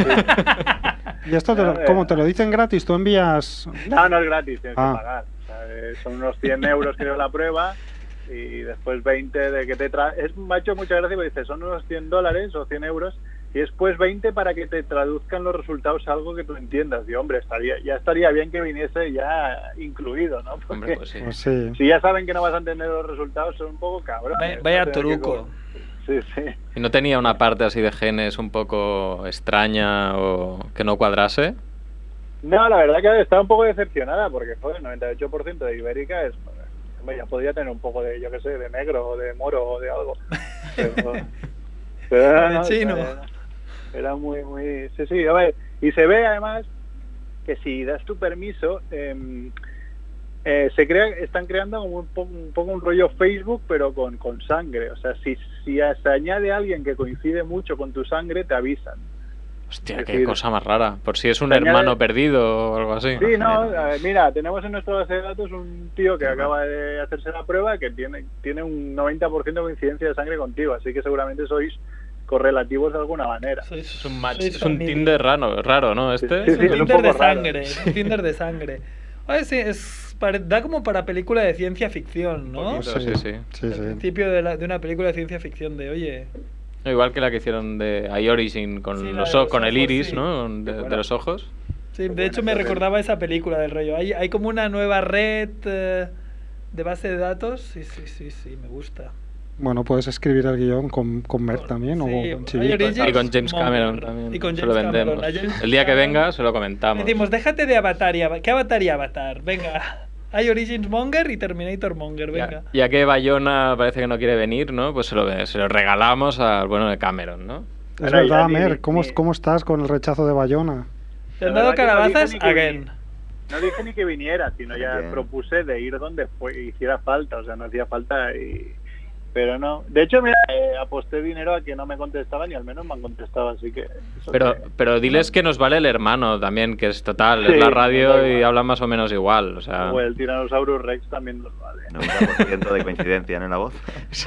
¿Y esto te lo, cómo te lo dicen gratis? ¿Tú envías...? No, no es gratis, tienes Ah. que pagar. O sea, eh, son unos cien euros que dio la prueba y después veinte de que te trae. Es, me ha hecho mucha gracia porque dice, son unos cien dólares o cien euros y después veinte para que te traduzcan los resultados a algo que tú entiendas. Y hombre, estaría, ya estaría bien que viniese ya incluido, ¿no? Porque Hombre, pues sí. Pues sí. si ya saben que no vas a entender los resultados, son un poco cabrones. Vaya, ¿no? vaya Tener que truco. co- Sí, sí. ¿Y no tenía una parte así de genes un poco extraña o que no cuadrase? No, la verdad que estaba un poco decepcionada porque, joder, el noventa y ocho por ciento de ibérica es... hombre, ya podría tener un poco de, yo qué sé, de negro o de moro o de algo. Pero, pero era, De no, chino. Era, era muy, muy... Sí, sí, a ver, y se ve además que si das tu permiso, eh, eh, se crea, están creando como un, po un poco un rollo Facebook, pero con, con sangre. O sea, si, si se añade alguien que coincide mucho con tu sangre, te avisan. Hostia, Es qué decir, cosa más rara. Por si es un se añade- hermano perdido o algo así. Sí, no, a ver, mira, tenemos en nuestra base de datos un tío que acaba de hacerse la prueba que tiene tiene un noventa por ciento de coincidencia de sangre contigo, así que seguramente sois correlativos de alguna manera. Sois- Es un match, sois es un familia. Tinder raro, raro, ¿no? Este. Sí, Es sí, un es un Tinder de poco raro. sangre, es un Tinder de sangre. Oye, sí, es, pare- da como para película de ciencia ficción, ¿no? poquito. Sí, sí. sí, El sí. principio de, la- de una película de ciencia ficción de, oye, Igual que la que hicieron de iOrigin con, Sí, la los, de o- los con el ojos, iris, sí. ¿no? De, Qué de buena. los ojos. Sí, Qué de hecho me buena esa recordaba esa película del rollo. Hay, hay como una nueva red eh, de base de datos. Sí, sí, sí, sí, me gusta. Bueno, puedes escribir el guión con, con Merck también o Sí, con hay Chivito. Origins Y con James Monger. Cameron también. Y con se lo James vendemos. Cameron. A James El día que Cameron venga se lo comentamos. Decimos, déjate de Avatar y Ava- ¿qué Avatar y Avatar? Venga. Hay Origins Monger y Terminator Monger, venga. Ya, ya que Bayona parece que no quiere venir, ¿no? Pues se lo, se lo regalamos al bueno de Cameron, ¿no? Es Ahora ya verdad, ni- Merck, ¿cómo, ni- ¿cómo estás con el rechazo de Bayona? Te han La dado verdad que no calabazas dije ni que again. vini- No dije ni que viniera, sino ya Bien. propuse de ir donde fue, hiciera falta, o sea, no hacía falta y... Pero no, de hecho mira, eh, aposté dinero a que no me contestaban y al menos me han contestado, así que... eso Pero, que- pero diles que nos vale el hermano también, que es total, Sí, es la nos radio da y igual. hablan más o menos igual. O sea, O el Tyrannosaurus Rex también nos vale. noventa por ciento de coincidencia, ¿no? En la voz.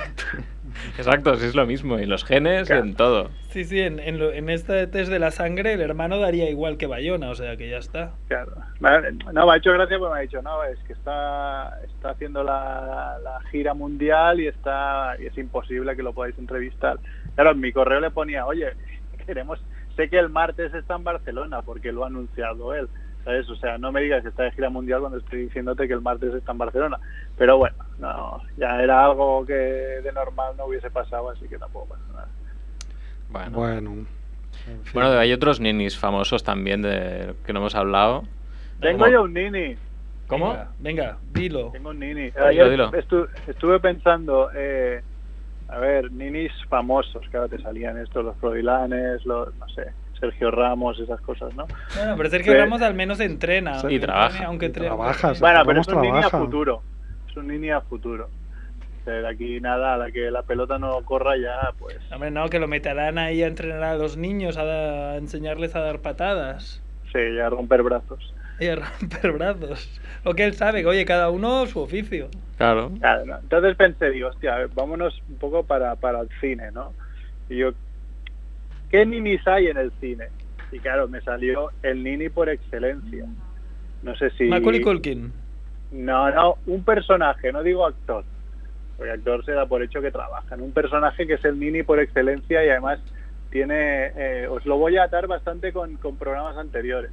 exacto, sí es lo mismo. Y los genes Claro. y en todo. Sí, sí, en, en, lo- en este test de la sangre el hermano daría igual que Bayona, o sea que ya está. Claro. Me- No, me ha hecho gracia porque me ha dicho, no, es que está, está haciendo la, la gira mundial y está y es imposible que lo podáis entrevistar. Claro, en mi correo le ponía, oye, queremos, sé que el martes está en Barcelona porque lo ha anunciado él, ¿sabes? O sea, no me digas que está de gira mundial cuando estoy diciéndote que el martes está en Barcelona. Pero bueno, no, ya era algo que de normal no hubiese pasado, así que tampoco pasa nada. Bueno. Bueno, en fin. Bueno, hay otros ninis famosos también de que no hemos hablado. Tengo Como- yo un nini. ¿Cómo? Venga, venga, dilo. Tengo un nini. Dilo, Ayer dilo. estu- estuve pensando, eh, a ver, ninis famosos, que ahora te salían estos, los Froilanes, los, no sé, Sergio Ramos, esas cosas, ¿no? Bueno, pero Sergio Ve- Ramos al menos entrena. Sí, aunque y trabaja. entrene, Aunque Y tre- trabaja, sí. Bueno, pero Ramos es un nini a trabaja. futuro. Es un nini a futuro. O sea, de aquí nada, a la que la pelota no corra ya, pues... Hombre, no, que lo meterán ahí a entrenar a los niños, a, da- a enseñarles a dar patadas Sí, ya a romper brazos. y a romper brazos. Lo que él sabe, que oye, cada uno su oficio. Claro. Claro, ¿no? Entonces pensé, digo, hostia, a ver, vámonos un poco para, para el cine, ¿no? Y yo, ¿qué ninis hay en el cine? Y claro, me salió el nini por excelencia. No sé si... Macaulay Culkin. No, no, un personaje, no digo actor. Porque actor se da por hecho que trabajan. Un personaje que es el nini por excelencia y además tiene... eh, os lo voy a atar bastante con, con programas anteriores.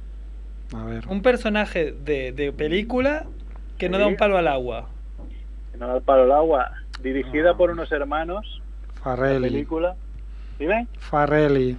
A ver. Un personaje de, de película que no Sí. da un palo al agua. Que no da el palo al agua. Dirigida Ah. por unos hermanos. La Farrelly. película. ¿Dime? Farrelly.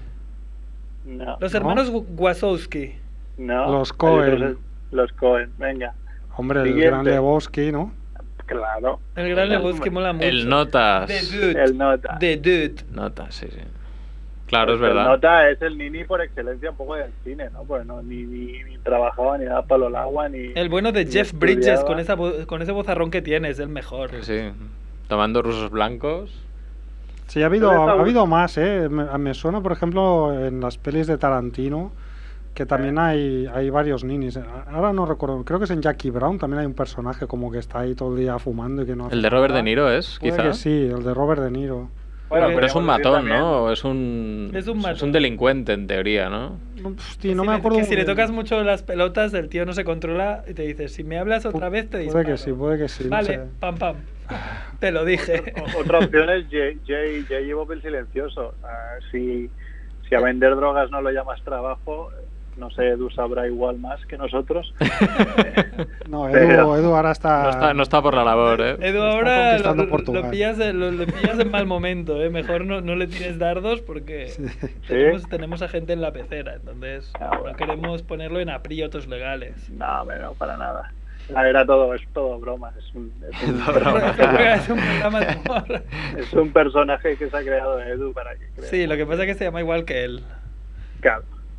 No. Los ¿No? hermanos Gu- Wazowski. No. Los Hay Coen. otros- Los Cohen, venga. Hombre, el Siguiente. gran Lebowski, ¿no? Claro. El gran Lebowski mola mucho. El Notas. The Dude. El Nota. The Dude. Notas, sí, sí. Claro, es Pues el verdad. Nota es el nini por excelencia un poco del cine, ¿no? Pues no, ni, ni, ni trabajaba, ni daba palo al agua, ni... El bueno de ni Jeff Bridges estudiaba. con esa vo- con ese vozarrón que tiene, es el mejor. Sí, sí. Tomando rusos blancos. Sí, ha habido, Entonces, ha Saúl- habido más, ¿eh? Me, me suena, por ejemplo, en las pelis de Tarantino, que también hay, hay varios ninis. Ahora no recuerdo, creo que es en Jackie Brown, también hay un personaje como que está ahí todo el día fumando y que no hace El de Robert nada. De Niro es, Puede quizá. que sí, el de Robert De Niro. Bueno, Pero es un podríamos decir matón, también- ¿no? O es un, Es un matón. delincuente, en teoría, ¿no? Hostia, no si me le- acuerdo que muy si le bien. tocas mucho las pelotas, el tío no se controla y te dice, si me hablas otra vez te disparo. Puede que sí, puede que sí. no Vale, sé. pam, pam. Te lo dije. O- Otra opción es Jay, Jay, Jay Bob el silencioso. Ah, si, si a vender drogas no lo llamas trabajo, no sé, Edu sabrá igual más que nosotros. No, Edu, Pero- Edu ahora está... No está, no está por la labor, ¿eh? Edu, Está ahora lo, conquistando lo- Portugal. lo pillas, en- lo, lo pillas en mal momento, ¿eh? Mejor no, no le tires dardos porque tenemos, tenemos a gente en la pecera, entonces Ah, no bueno. queremos ponerlo en aprietos legales. No, hombre, no, para nada. Ah, Era todo, es todo broma. Es un, es un, Es un programa de humor. es un personaje que se ha creado Edu para que crea. Sí, lo que pasa es que se llama igual que él. Claro.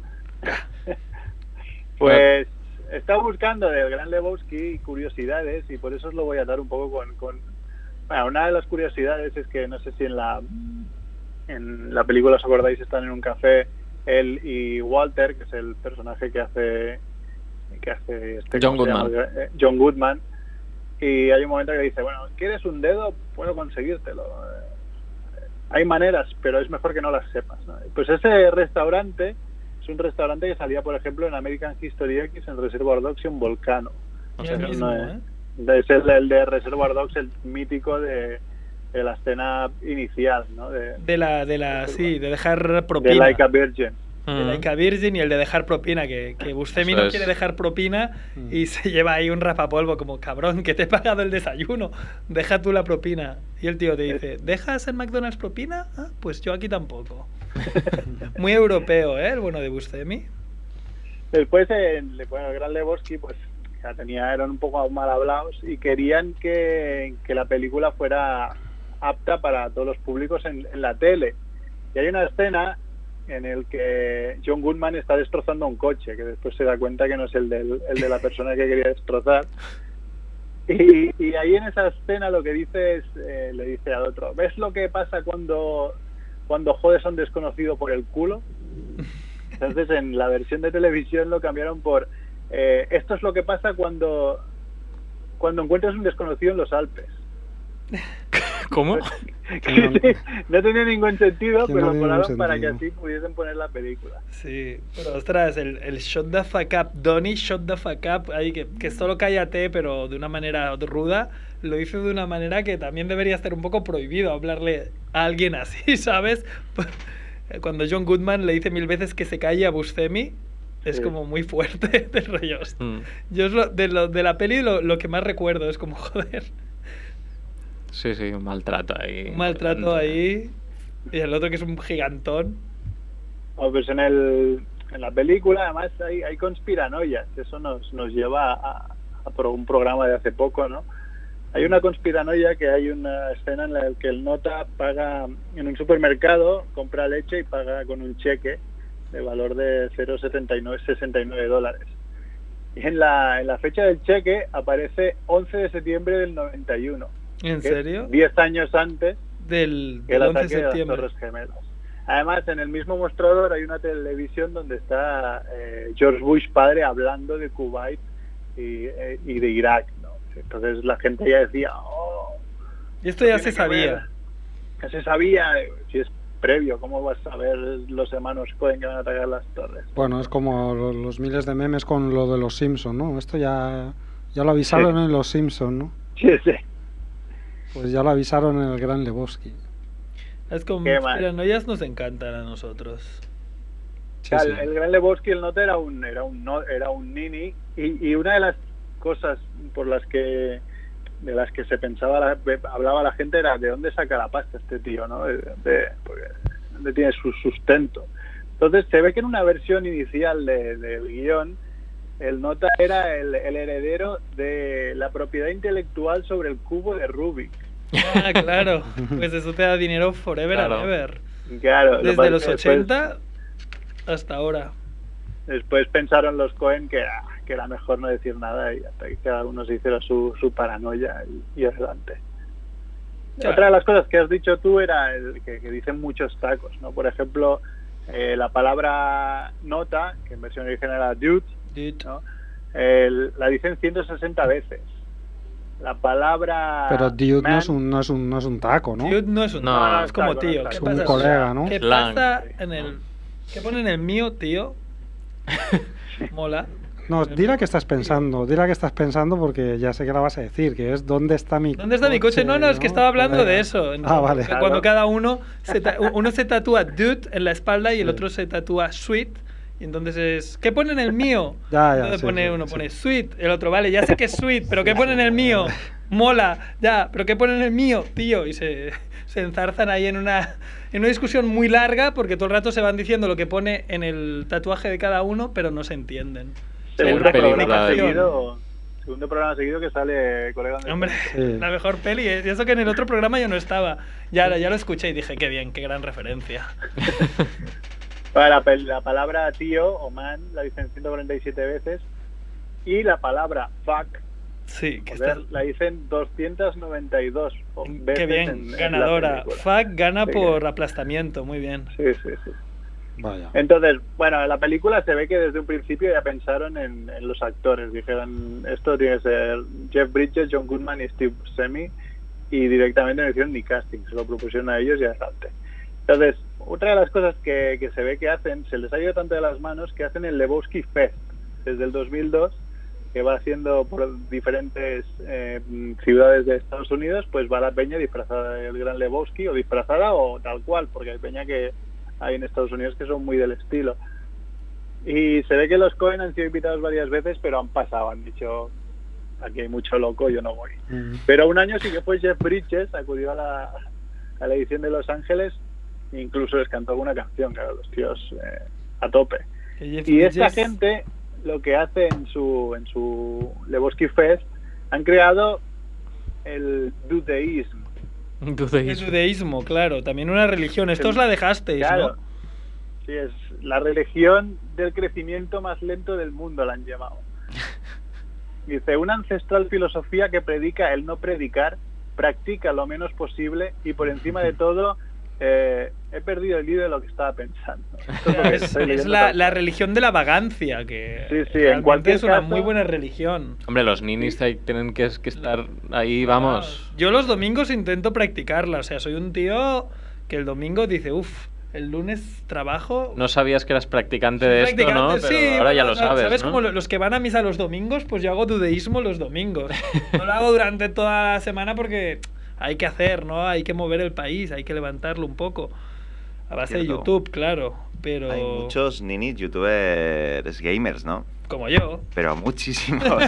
Pues estaba buscando del Gran Lebowski curiosidades y por eso os lo voy a dar un poco con, con... Bueno, una de las curiosidades es que no sé si en la en la película, os acordáis, están en un café él y Walter, que es el personaje que hace que hace este, John ¿cómo se Goodman. llama? Eh, John Goodman, y hay un momento que dice, bueno, ¿quieres un dedo? Puedo conseguírtelo. Eh, Hay maneras, pero es mejor que no las sepas, ¿no? Pues ese restaurante es un restaurante que salía, por ejemplo, en American History X, en Reservoir Dogs y en Volcano. Y O sea, el no mismo, es- ¿eh? es el, el de Reservoir Dogs, el mítico de, de la escena inicial, ¿no? De, De la, de la, sí, de dejar de propina. Like a Virgin. de Laika Virgin y el de dejar propina, que, que Buscemi Eso no es. quiere dejar propina y se lleva ahí un rapapolvo como, cabrón, que te he pagado el desayuno, deja tú la propina. Y el tío te dice, ¿dejas en McDonald's propina? Ah, pues yo aquí tampoco. Muy europeo, ¿eh? El bueno de Buscemi. Después, en, bueno, el Gran Lebowski, pues ya tenía, eran un poco mal hablados y querían que, que la película fuera apta para todos los públicos en, en la tele. Y hay una escena en el que John Goodman está destrozando un coche, que después se da cuenta que no es el, del, el de la persona que quería destrozar. Y, y ahí en esa escena lo que dice es, eh, le dice al otro, ¿ves lo que pasa cuando, cuando jodes a un desconocido por el culo? Entonces en la versión de televisión lo cambiaron por, eh, esto es lo que pasa cuando, cuando encuentras un desconocido en los Alpes. ¿Cómo? Que sí, no tenía ningún sentido, Que pero no lo tiene colaron ningún para que sentido. así pudiesen poner la película. Sí, pero ostras, el, el shot the fuck up, Donnie shot the fuck up, ahí que, que solo cállate, pero de una manera ruda, lo hizo de una manera que también debería estar un poco prohibido hablarle a alguien así, ¿sabes? Cuando John Goodman le dice mil veces que se calle a Buscemi, es Sí. como muy fuerte de rollos. Mm. Yo es lo, de, lo, de la peli lo, lo que más recuerdo, es como, joder, Sí, sí, un maltrato ahí. un maltrato importante. ahí, y el otro que es un gigantón. O pues en el en la película además hay, hay conspiranoias, eso nos, nos lleva a, a pro- un programa de hace poco, ¿no? Hay una conspiranoia que hay una escena en la que el nota paga en un supermercado, compra leche y paga con un cheque de valor de cero coma sesenta y nueve dólares. Y en la, en la fecha del cheque aparece once de septiembre del noventa y uno. ¿En que es serio? diez años antes Del, que del el once de ataque de las septiembre. Torres Gemelas. Además, en el mismo mostrador hay una televisión donde está eh, George Bush padre hablando de Kuwait y, eh, y de Irak, ¿no? Entonces la gente ya decía, oh, Y esto ya tiene se que ver. sabía. Ya se sabía, si es previo, ¿cómo vas a ver los hermanos Cohen que van a atacar las torres? Bueno, es como lo- los miles de memes con lo de los Simpson, ¿no? Esto ya, ya lo avisaron Sí. en los Simpson, ¿no? Sí, sí. Pues ya lo avisaron en el Gran Lebowski. Las Qué mal. conspiranoias nos encantan a nosotros. Sí, Claro, sí. el Gran Lebowski, el nota era un era un no- era un nini y, y una de las cosas por las que de las que se pensaba la- hablaba la gente era de dónde saca la pasta este tío, ¿no? De, de- porque dónde tiene su sustento. Entonces se ve que en una versión inicial de- del guión el nota era el, el heredero de la propiedad intelectual sobre el cubo de Rubik. Ah, claro. Pues eso te da dinero forever Claro. and ever. Claro, lo que Desde pasa los es que después- ochenta hasta ahora. Después pensaron los Cohen que, ah, que era mejor no decir nada y hasta que cada uno se hiciera su, su paranoia y, y adelante. Claro. Otra de las cosas que has dicho tú era el que, que dicen muchos tacos, ¿no? Por ejemplo, eh, la palabra nota, que en versión original era dude, Dude. ¿no? El- la dicen ciento sesenta veces. La palabra Pero dude no man- es, un, no, es un, no es un taco, ¿no? Dude no es un No, no, no es como taco, no tío. es ¿Qué taco. Es un pasa? colega, ¿no? ¿Qué Slang. pasa en el... ¿Qué pone en el mío, tío? Mola. No, dile que estás pensando, dile que estás pensando porque ya sé que la vas a decir, que es ¿dónde está mi ¿Dónde está mi coche? No, no, es que estaba hablando Colega. de eso. Ah, vale. Que Cuando Claro. cada uno, se ta- uno se tatúa dude en la espalda y el Sí. otro se tatúa sweet. Y entonces es, ¿qué pone en el mío? Ya, ya, Entonces sí, pone, sí, uno sí. pone sweet, el otro, vale, ya sé que es sweet, pero ¿qué pone en el mío? Mola, ya, pero ¿qué pone en el mío, tío? Y se, se enzarzan ahí en una, en una discusión muy larga porque todo el rato se van diciendo lo que pone en el tatuaje de cada uno, pero no se entienden. segundo la programa comunicación. seguido, segundo programa seguido que sale colega de Hombre, Sí. la mejor peli. ¿eh? Y eso que en el otro programa yo no estaba. Ya, ya lo escuché y dije, qué bien, qué gran referencia. Bueno, la, pel- la palabra tío o man la dicen ciento cuarenta y siete veces y la palabra fuck Sí, que joder, está... la dicen doscientas noventa y dos veces. Qué en- bien, en la ganadora. película. Fuck gana Sí, por que- aplastamiento, muy bien. Sí, sí, sí. Vaya. Entonces, bueno, en la película se ve que desde un principio ya pensaron en, en los actores. Dijeron, esto tiene que ser Jeff Bridges, John Goodman y Steve Buscemi, y directamente no hicieron ni casting, se lo propusieron a ellos y adelante. Entonces, otra de las cosas que, que se ve que hacen, se les ha ido tanto de las manos que hacen el Lebowski Fest desde el dos mil dos, que va haciendo por diferentes eh, ciudades de Estados Unidos, pues va la peña disfrazada del Gran Lebowski, o disfrazada o tal cual, porque hay peña que hay en Estados Unidos que son muy del estilo. Y se ve que los Cohen han sido invitados varias veces, pero han pasado, han dicho, aquí hay mucho loco, yo no voy. Mm. Pero un año sí que fue Jeff Bridges, acudió a la, a la edición de Los Ángeles e incluso les cantó alguna canción, claro, los tíos eh, a tope. Que Jeff Y esta Bridges- gente lo que hace en su en su Lebowski Fest, han creado el dudeísmo. El Dudeísmo. judaísmo, claro, también una religión. Esto os la dejasteis, Claro. ¿no? Sí, es la religión del crecimiento más lento del mundo, la han llamado. Dice, una ancestral filosofía que predica el no predicar, practica lo menos posible y por encima de todo, eh, he perdido el hilo de lo que estaba pensando. Esto es lo que Es, estoy es leyendo la, tal la cual. religión de la vagancia, que Sí, sí, en realmente cualquier es una caso- muy buena religión. Hombre, los ninis ahí tienen que, que estar ahí, vamos. Yo los domingos intento practicarla, o sea, soy un tío que el domingo dice, uff, el lunes trabajo. No sabías que eras practicante Soy de esto, ¿no? practicante, Pero sí, ahora ya bueno, lo sabes, ¿sabes? ¿no? Como lo- los que van a misa los domingos, pues yo hago dudeísmo los domingos. No lo hago durante toda la semana porque hay que hacer, ¿no? Hay que mover el país, hay que levantarlo un poco. A base de Cierto. YouTube, claro. Pero Hay muchos ninis youtubers gamers, ¿no? como yo. Pero muchísimos.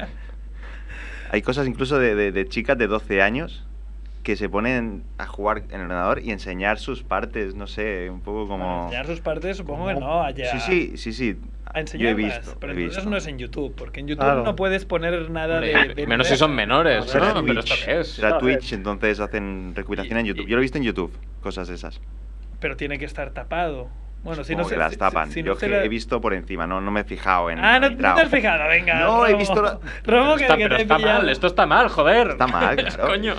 Hay cosas incluso de, de- de chicas de doce años que se ponen a jugar en el ordenador y enseñar sus partes, no sé, un poco Para como... enseñar sus partes, supongo que no. Allá, Sí, sí, sí, sí. A Yo he enseñarlas, visto, pero he entonces visto. no es en YouTube, porque en YouTube Claro. no puedes poner nada de, Hombre, de menos si son menores, Será ¿no? Pero ¿esto Twitch, qué es? será No, Twitch, eh. entonces hacen recopilación en YouTube. Yo lo he visto en YouTube, cosas de esas. Pero tiene que estar tapado. Bueno, si Como no que se las si- tapan. si no Yo se que la- he visto por encima, no, no me he fijado en... Ah, no, he no te has entrado. fijado, venga. No, he Romo. visto la- Romo, que, Está- que pero te he está pillado. mal, esto está mal, joder. Está mal, claro. Coño.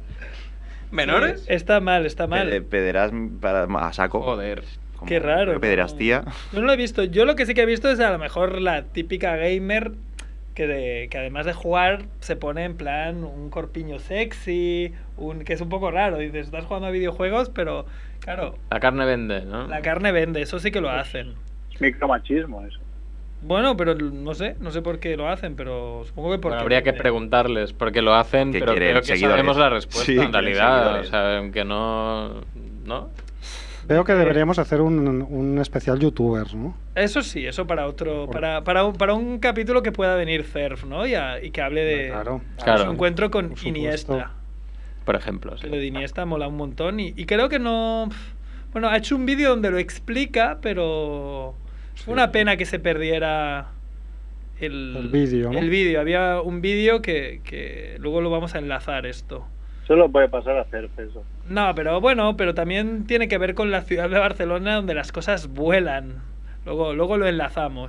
¿Menores? Está mal, está mal. Pe- Pederas para, a saco. Joder. Como Qué raro. ¿no? Pederastía. Yo no lo he visto. Yo lo que sí que he visto es a lo mejor la típica gamer que, de- que además de jugar se pone en plan un corpiño sexy, un que es un poco raro. Dices, estás jugando a videojuegos, pero claro, La carne vende, ¿no? la carne vende. Eso sí que lo hacen. Es micromachismo eso. Bueno, pero no sé, no sé por qué lo hacen, pero supongo que porque Bueno, habría que vende. preguntarles por qué lo hacen, Que pero quieren creo que seguidores. sabemos la respuesta Sí, en quieren realidad. O seguidores. sea, aunque no. ¿No? Veo que deberíamos hacer un, un especial youtubers, ¿no? Eso sí, eso para otro, Por- para, para, un, para un capítulo que pueda venir Cerf, ¿no? Y, a- y que hable de, Claro. de Claro. su encuentro con Por supuesto. Iniesta. Por ejemplo. Que Sí. lo de Iniesta mola un montón y, y creo que no... Bueno, ha hecho un vídeo donde lo explica, pero fue una pena que se perdiera el, El vídeo, ¿no? El vídeo, había un vídeo que, que luego lo vamos a enlazar esto. Solo puede pasar a hacer eso. No, pero bueno, pero también tiene que ver con la ciudad de Barcelona donde las cosas vuelan. Luego, luego lo enlazamos.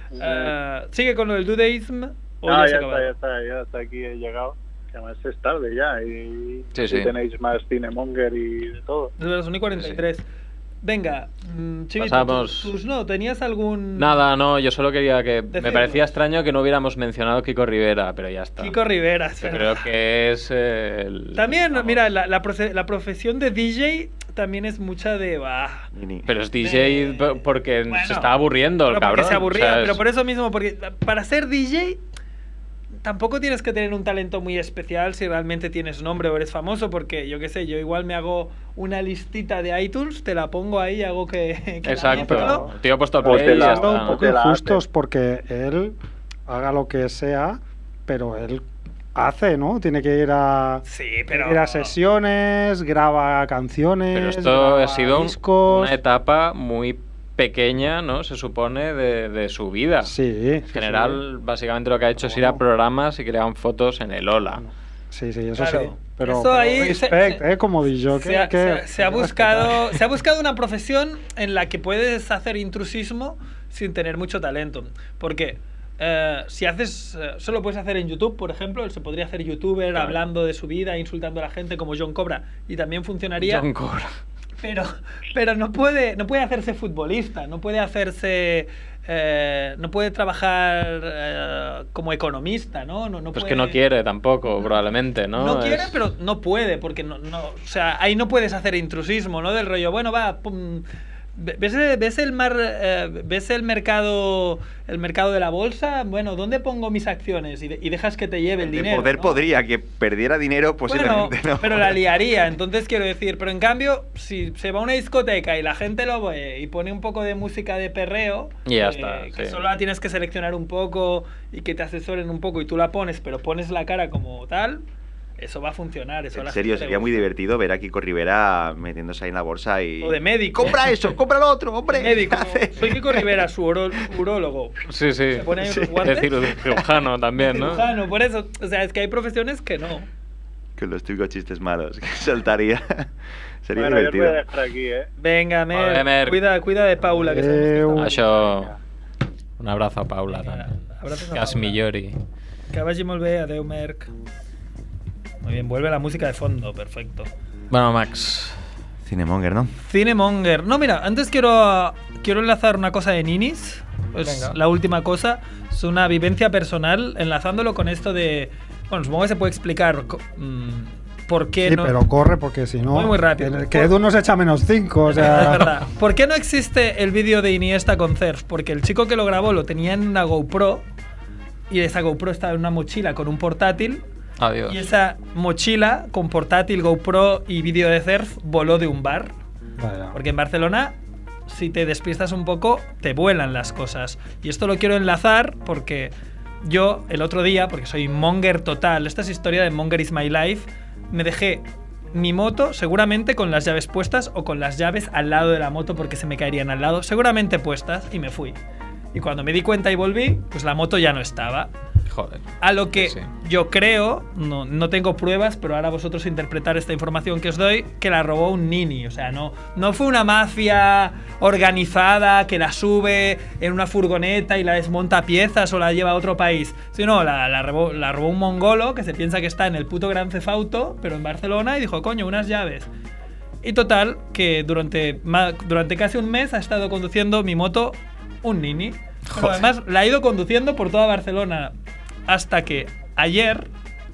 Eh, ¿Sigue con lo del dudeísmo? ¿O No, ya se ya ha está, acabado? ya está, ya hasta aquí he llegado. Que además es tarde ya y, Sí, y sí. tenéis más cinemonger y de todo. Es las una y cuarenta y tres. Venga, mm, Chivito, Pasamos. tú- tú- no, ¿tenías algún...? Nada, no, yo solo quería que. Me Decirnos. parecía extraño que no hubiéramos mencionado Kiko Rivera, pero ya está. Kiko Rivera. Yo espera. creo que es eh, el. También, vamos. mira, la, la, profe- la profesión de D J también es mucha de... bah, Ni- ni- Pero es D J de- po- porque Bueno, se está aburriendo el pero porque cabrón. se aburría, o sea, pero es- por eso mismo, porque para ser D J tampoco tienes que tener un talento muy especial si realmente tienes nombre o eres famoso, porque yo qué sé, yo igual me hago una listita de iTunes, te la pongo ahí, hago que... que la Exacto. mezclo. El tío ha puesto Pues play te y la- ya Siendo está. un ¿no? poco Te la injustos hace. porque él haga lo que sea, pero él hace, ¿no? Tiene que ir a, Sí, tiene pero... que ir a sesiones, graba canciones, Pero esto graba ha sido un- discos. una etapa muy pequeña, ¿no? Se supone, de, de su vida. Sí, En general, básicamente lo que ha hecho es ir a Bueno. programas y creaban fotos en el Hola. sí, sí, eso Claro. sí. Pero, Eso pero ahí se- respect, se- ¿eh? Como dijo Se ha, se ha- se ha buscado, se ha buscado una profesión en la que puedes hacer intrusismo sin tener mucho talento. Porque eh, si haces, eh, solo puedes hacer en YouTube, por ejemplo, él se podría hacer youtuber Claro. hablando de su vida, insultando a la gente como John Cobra y también funcionaría. John Cobra. Pero, pero no puede, no puede hacerse futbolista, no puede hacerse, eh, no puede trabajar eh, como economista, ¿no? no, no Pues puede- que no quiere tampoco, probablemente, ¿no? no quiere, Es- pero no puede, porque no, no, o sea, ahí no puedes hacer intrusismo, ¿no? Del rollo, bueno, va, pum, ¿Ves, ves el mar, eh, ves el mercado, el mercado de la bolsa? Bueno, ¿dónde pongo mis acciones? Y, de, y dejas que te lleve el De dinero. poder ¿no? podría, que perdiera dinero Bueno, posiblemente no. pero la liaría, entonces quiero decir, pero en cambio, si se va a una discoteca y la gente lo ve y pone un poco de música de perreo, Y ya eh, está, que sí. solo la tienes que seleccionar un poco y que te asesoren un poco y tú la pones, pero pones la cara como tal, eso va a funcionar. Eso a En la serio, gente le sería muy gusta. divertido ver a Kiko Rivera metiéndose ahí en la bolsa y... O de médico. ¡Compra eso! ¡Compra lo otro! ¡Hombre! Médico. Hace- Soy Kiko Rivera, su uro- urólogo. Sí, sí. Se pone ahí Sí. unos guantes. Es decir, cirujano también, ¿no? Cirujano, por eso. O sea, es que hay profesiones que no. Con los típicos chistes malos que saltaría. Sería Bueno, yo os voy a divertido. dejar aquí, ¿eh? Venga, Mer, Vale, Mer. Cuida, cuida de Paula, que sabemos que Eh, está- Això... Un abrazo a Paula, Venga, també. abrazos a Que es Paula. millori. Que vagi molt bé, adeu, Merck. Muy bien, vuelve la música de fondo, perfecto. Bueno, Max. Cinemonger, ¿no? Cinemonger. No, mira, antes quiero, quiero enlazar una cosa de Ninis. Es Venga. la última cosa. Es una vivencia personal, enlazándolo con esto de... Bueno, supongo que se puede explicar co- mm, por qué Sí, no... pero corre porque si no. Muy, muy rápido. Que, que Edu nos echa menos cinco. O sea, Es verdad. ¿Por qué no existe el vídeo de Iniesta con Cerf? Porque el chico que lo grabó lo tenía en una GoPro y esa GoPro estaba en una mochila con un portátil Adiós. y esa mochila con portátil, GoPro y vídeo de Cerf voló de un bar. Vaya. Porque en Barcelona, si te despistas un poco, te vuelan las cosas. Y esto lo quiero enlazar porque yo el otro día, porque soy monger total, esta es historia de Monger is my life, me dejé mi moto seguramente con las llaves puestas o con las llaves al lado de la moto porque se me caerían al lado, seguramente puestas, y me fui. Y cuando me di cuenta y volví, pues la moto ya no estaba. Joder. A lo que Sí. yo creo, no, no tengo pruebas, pero ahora vosotros interpretar esta información que os doy, que la robó un nini. O sea, no, no fue una mafia organizada que la sube en una furgoneta y la desmonta a piezas o la lleva a otro país. Sino la, la, robó, la robó un mongolo que se piensa que está en el puto Gran Theft Auto, pero en Barcelona, y dijo, coño, unas llaves. Y total, que durante, ma- durante casi un mes ha estado conduciendo mi moto un nini. Pero Joder. además la ha ido conduciendo por toda Barcelona hasta que ayer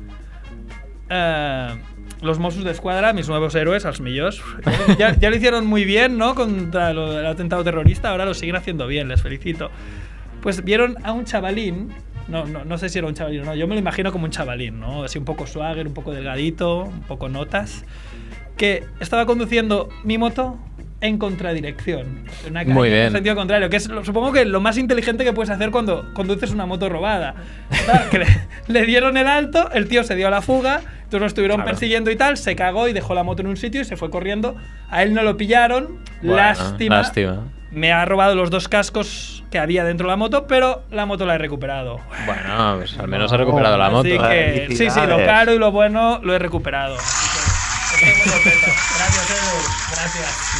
eh, los Mossos de Escuadra, mis nuevos héroes, als millors, ya, ya lo hicieron muy bien, ¿no? Contra lo- el atentado terrorista, ahora lo siguen haciendo bien, les felicito. Pues vieron a un chavalín, no, no, no sé si era un chavalín o no, yo me lo imagino como un chavalín, ¿no? Así un poco swagger, un poco delgadito, un poco notas, que estaba conduciendo mi moto en contradirección. En una calle, Muy bien. En sentido contrario, que es lo- supongo que lo más inteligente que puedes hacer cuando conduces una moto robada. Claro, que le, le dieron el alto, el tío se dio a la fuga, entonces lo estuvieron Claro. persiguiendo y tal, se cagó y dejó la moto en un sitio y se fue corriendo. A él no lo pillaron, Bueno, lástima. Lástima. Me ha robado los dos cascos que había dentro de la moto, pero la moto la he recuperado. Bueno, pues al menos ha recuperado la moto. Así que, sí, sí, lo Felicidades. caro y lo bueno lo he recuperado. Así que, estoy muy contento. Gracias, Edu. Gracias.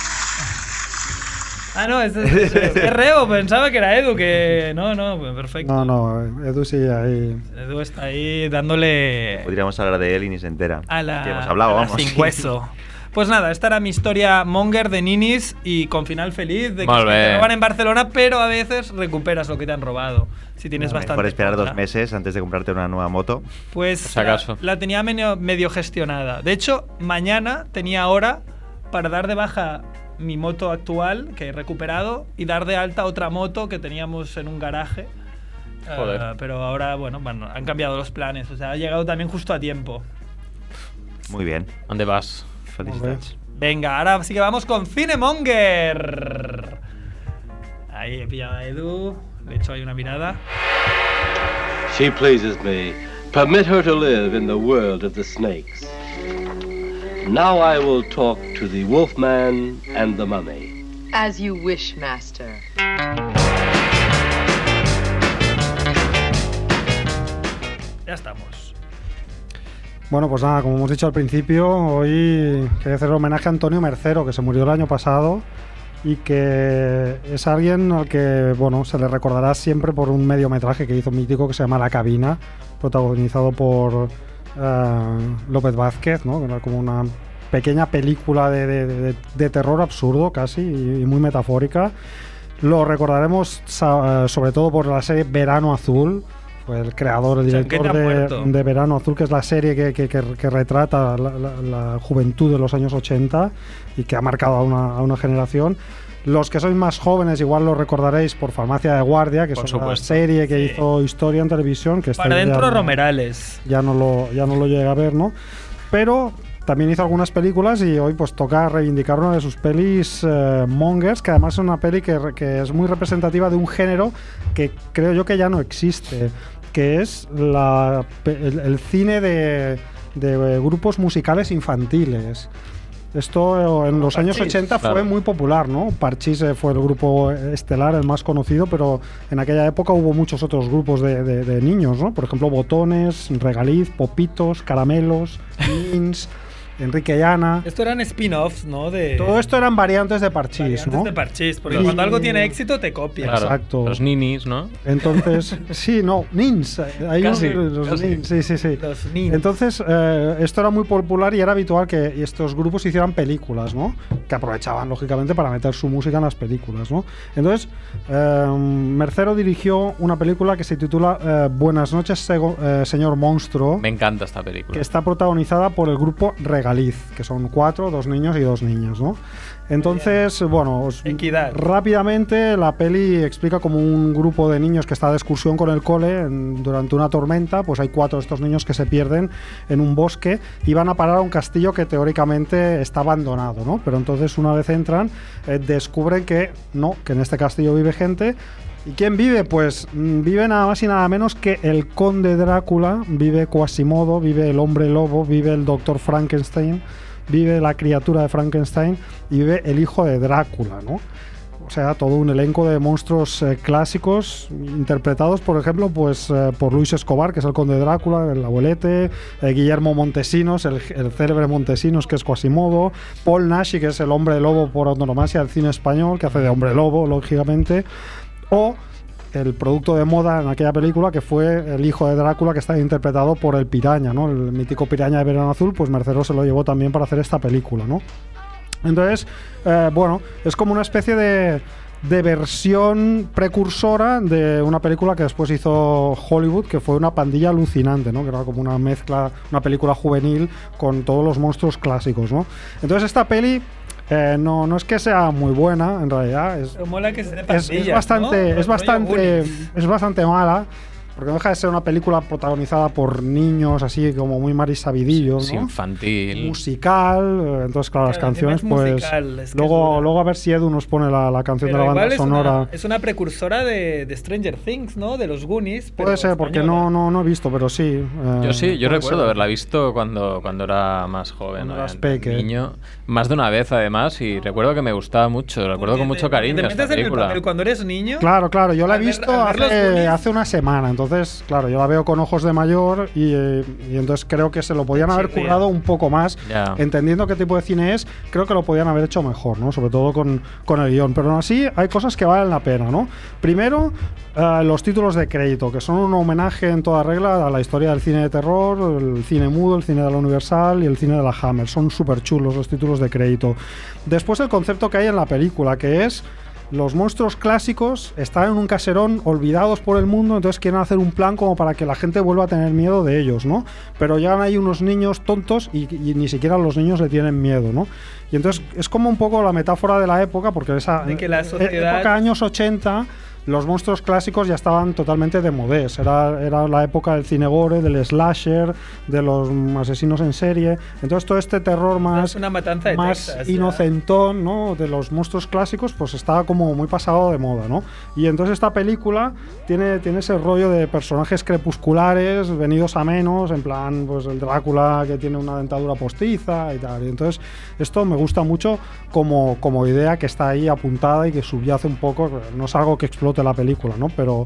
Ah, no, es, es, es- es Reo, pensaba que era Edu, que... No, no, pues perfecto. No, no, Edu sigue ahí. Edu está ahí dándole Podríamos hablar de él y ni se entera. a la, Que hemos hablado, a la vamos. sin hueso. Pues nada, esta era mi historia monger de ninis y con final feliz de que, Molt es que te bé. roban en Barcelona, pero a veces recuperas lo que te han robado. Si tienes bastante. Mejor esperar dos contra. meses antes de comprarte una nueva moto. Pues Por si acaso. La, la tenía medio, medio gestionada. De hecho, mañana tenía hora para dar de baja mi moto actual, que he recuperado, y dar de alta otra moto que teníamos en un garaje. Joder. Eh, pero ahora, bueno, bueno, han cambiado los planes. O sea, ha llegado también justo a tiempo. Muy bien. ¿Dónde vas? Felicidades. Venga, ahora sí que vamos con Cinemonger. Ahí he pillado a Edu. Le he hecho ahí una mirada. She pleases me. Permit her to live in the world of the snakes. Now I will talk to the Wolfman and the Mummy. As you wish, Master. Ya estamos. Bueno, pues nada, como hemos dicho al principio, hoy quería hacer homenaje a Antonio Mercero, que se murió el año pasado y que es alguien al que, bueno, se le recordará siempre por un mediometraje que hizo mítico que se llama La Cabina, protagonizado por eh, López Vázquez, ¿no? Que era como una pequeña película de, de- de- de terror absurdo casi y, y muy metafórica. Lo recordaremos sa- eh, sobre todo por la serie Verano Azul. Fue el creador, el director Chanquete ha de, muerto. de Verano Azul, que es la serie que, que- que- que retrata la, la- la juventud de los años ochenta y que ha marcado a una, a una generación. Los que sois más jóvenes igual lo recordaréis por Farmacia de Guardia, que Por es una supuesto. serie que Sí. hizo historia en televisión. Que Para esta dentro ya no- Romerales. Ya no lo, ya no lo llega a ver, ¿no? Pero también hizo algunas películas y hoy pues toca reivindicar una de sus pelis, eh, Mongers, que además es una peli que, re- que es muy representativa de un género que creo yo que ya no existe, que es la, pe- el, el cine de, de eh, grupos musicales infantiles. Esto eh, en los años Parchís, ochenta fue claro. muy popular, ¿no? Parchís eh, fue el grupo estelar, el más conocido, pero en aquella época hubo muchos otros grupos de, de- de niños, ¿no? Por ejemplo, Botones, Regaliz, Popitos, Caramelos, Nins, Enrique y Ana. Esto eran spin-offs, ¿no? De Todo esto eran variantes de Parchís, variantes ¿no? de Parchís, porque Y- cuando algo tiene éxito te copia. Claro, Exacto. Los ninis, ¿no? Entonces, sí, no, Nins. eh, Hay Casi, unos- los casi. Nins, sí, sí, sí. Los Nins. Entonces, eh, esto era muy popular y era habitual que estos grupos hicieran películas, ¿no? Que aprovechaban, lógicamente, para meter su música en las películas, ¿no? Entonces, eh, Mercero dirigió una película que se titula eh, Buenas noches, Sego- eh, señor monstruo, Me encanta esta película. que está protagonizada por el grupo Regaliz, que son cuatro, dos niños y dos niñas, ¿no? Entonces, bueno, os- Equidad. rápidamente la peli explica como un grupo de niños que está de excursión con el cole en- durante una tormenta, pues hay cuatro de estos niños que se pierden en un bosque y van a parar a un castillo que teóricamente está abandonado, ¿no? Pero entonces una vez entran, eh, descubren que no, que en este castillo vive gente. ¿Y quién vive? Pues mm, vive nada más y nada menos que el conde Drácula, vive Quasimodo, vive el hombre lobo, vive el doctor Frankenstein, vive la criatura de Frankenstein y vive el hijo de Drácula, ¿no? O sea, todo un elenco de monstruos eh, clásicos interpretados, por ejemplo, pues eh, por Luis Escobar, que es el conde Drácula, el abuelete, eh, Guillermo Montesinos, el, el célebre Montesinos, que es Quasimodo, Paul Nashi, que es el hombre lobo por antonomasia del cine español, que hace de hombre lobo, lógicamente, o el producto de moda en aquella película que fue el hijo de Drácula, que está interpretado por el Piraña, ¿no? El mítico Piraña de Verano Azul, pues Mercero se lo llevó también para hacer esta película, ¿no? Entonces, eh, bueno, es como una especie de, de versión precursora de una película que después hizo Hollywood, que fue Una pandilla alucinante, ¿no? Que era como una mezcla, una película juvenil con todos los monstruos clásicos, ¿no? Entonces esta peli eh, no, no es que sea muy buena, en realidad. Es, Pero mola que sea de es, pandillas, es bastante, ¿no? es Rollo bastante, Goonies. es bastante mala. Porque no deja de ser una película protagonizada por niños, así como muy marisabidillos, Es ¿no? infantil. Musical, eh, entonces claro, las Claro, canciones encima es pues musical, es que luego, es dura. luego a ver si Edu nos pone la, la canción Pero de la igual banda es sonora. una, es una precursora de, de Stranger Things, ¿no? De los Goonies. pero Puede ser, porque española. no, no, no he visto, pero sí. eh, Yo sí, yo puede recuerdo ser. haberla visto cuando, cuando era más joven, Cuando ¿no? eras Era peque. niño. Más de una vez, además, y recuerdo que me gustaba mucho. Recuerdo Porque con mucho te- cariño Te esta metes en el película. papel cuando eres niño. Claro, claro, yo la he Al ver- visto al ver los hace, Goonies- hace una semana, entonces, claro, yo la veo con ojos de mayor y, eh, y entonces creo que se lo podían haber chirría. currado un poco más. Ya. Entendiendo qué tipo de cine es, creo que lo podían haber hecho mejor, ¿no? Sobre todo con, con el guión. Pero aún así, hay cosas que valen la pena, ¿no? Primero, eh, los títulos de crédito, que son un homenaje en toda regla a la historia del cine de terror, el cine mudo, el cine de la Universal y el cine de la Hammer. Son súper chulos los títulos de crédito. Después, el concepto que hay en la película, que es: los monstruos clásicos están en un caserón olvidados por el mundo, entonces quieren hacer un plan como para que la gente vuelva a tener miedo de ellos, ¿no? Pero ya hay unos niños tontos y, y ni siquiera los niños le tienen miedo, ¿no? Y entonces es como un poco la metáfora de la época, porque esa De que la eh, sociedad- época años ochenta, los monstruos clásicos ya estaban totalmente de modés. Era, era la época del cine gore, del slasher, de los asesinos en serie. Entonces todo este terror más, Es una matanza de más Texas, ya. inocentón, ¿no? De los monstruos clásicos, pues estaba como muy pasado de moda, ¿no? Y entonces esta película tiene, tiene ese rollo de personajes crepusculares, venidos a menos, en plan, pues el Drácula que tiene una dentadura postiza y tal. Y entonces esto me gusta mucho como, como idea que está ahí apuntada y que subyace un poco. No es algo que explote la película, ¿no? Pero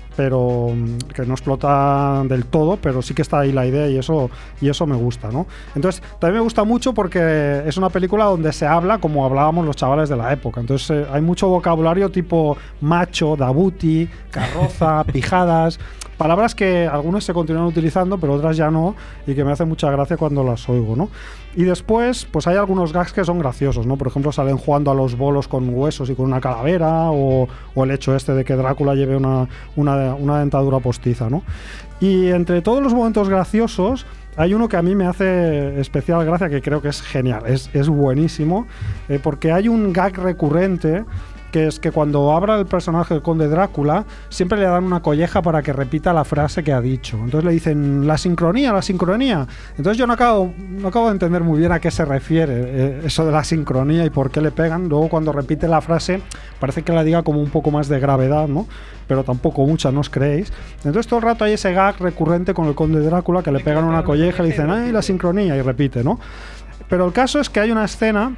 pero mm, que no explota del todo, pero sí que está ahí la idea y eso y eso me gusta, ¿no? Entonces, también me gusta mucho porque es una película donde se habla como hablábamos los chavales de la época. Entonces, eh, hay mucho vocabulario tipo macho, dabuti, carroza, pijadas, palabras que algunas se continúan utilizando, pero otras ya no, y que me hace mucha gracia cuando las oigo, ¿no? Y después, pues hay algunos gags que son graciosos, ¿no? Por ejemplo, salen jugando a los bolos con huesos y con una calavera, o, o el hecho este de que Drácula lleve una, una, una dentadura postiza, ¿no? Y entre todos los momentos graciosos, hay uno que a mí me hace especial gracia, que creo que es genial, es, es buenísimo, eh, porque hay un gag recurrente, que es que cuando habla el personaje del conde Drácula, siempre le dan una colleja para que repita la frase que ha dicho. Entonces le dicen, la sincronía, la sincronía. Entonces yo no acabo, no acabo de entender muy bien a qué se refiere eh, eso de la sincronía y por qué le pegan. Luego cuando repite la frase, parece que la diga como un poco más de gravedad, ¿no? Pero tampoco mucha, no os creéis. Entonces todo el rato hay ese gag recurrente con el conde Drácula, que le pegan una colleja y le dicen, ¡ay, la sincronía! Y repite, ¿no? Pero el caso es que hay una escena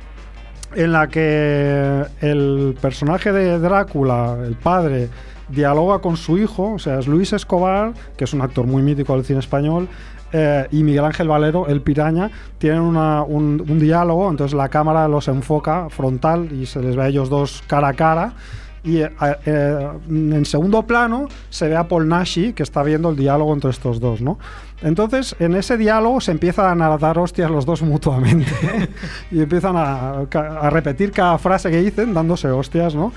en la que el personaje de Drácula, el padre, dialoga con su hijo, o sea, es Luis Escobar, que es un actor muy mítico del cine español, eh, y Miguel Ángel Valero, el Piraña, tienen una, un, un diálogo, entonces la cámara los enfoca frontal y se les ve a ellos dos cara a cara. Y eh, eh, en segundo plano se ve a Paul Naschy, que está viendo el diálogo entre estos dos, ¿no? Entonces, en ese diálogo se empiezan a dar hostias los dos mutuamente y empiezan a, a repetir cada frase que dicen, dándose hostias, ¿no?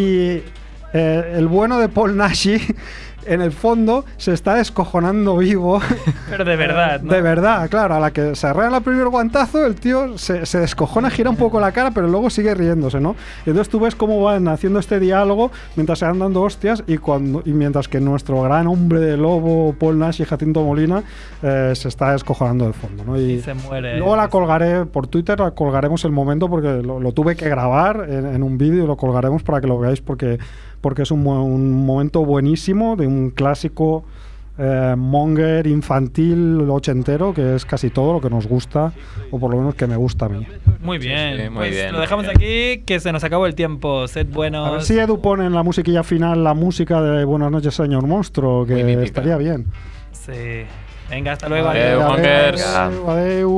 Y eh, el bueno de Paul Naschy, en el fondo, se está descojonando vivo. Pero de verdad, ¿no? De verdad, claro. A la que se arrea el primer guantazo, el tío se, se descojona, gira un poco la cara, pero luego sigue riéndose, ¿no? Y entonces tú ves cómo van haciendo este diálogo mientras se van dando hostias y, cuando, y mientras que nuestro gran hombre de lobo, Paul Naschy y Jacinto Molina, eh, se está descojonando de fondo, ¿no? Y, y se muere. Luego la colgaré por Twitter, la colgaremos el momento porque lo, lo tuve que grabar en, en un vídeo y lo colgaremos para que lo veáis porque... porque es un, un momento buenísimo de un clásico eh, monger infantil ochentero, que es casi todo lo que nos gusta, o por lo menos que me gusta a mí. Muy bien, Sí, sí, muy pues bien, lo dejamos muy bien. aquí, que se nos acabó el tiempo. Sed buenos. A ver si Edu pone en la musiquilla final la música de Buenas noches, señor monstruo, que estaría bien. Sí. Venga, hasta luego. Adeu, adiós. mongers. Adeu.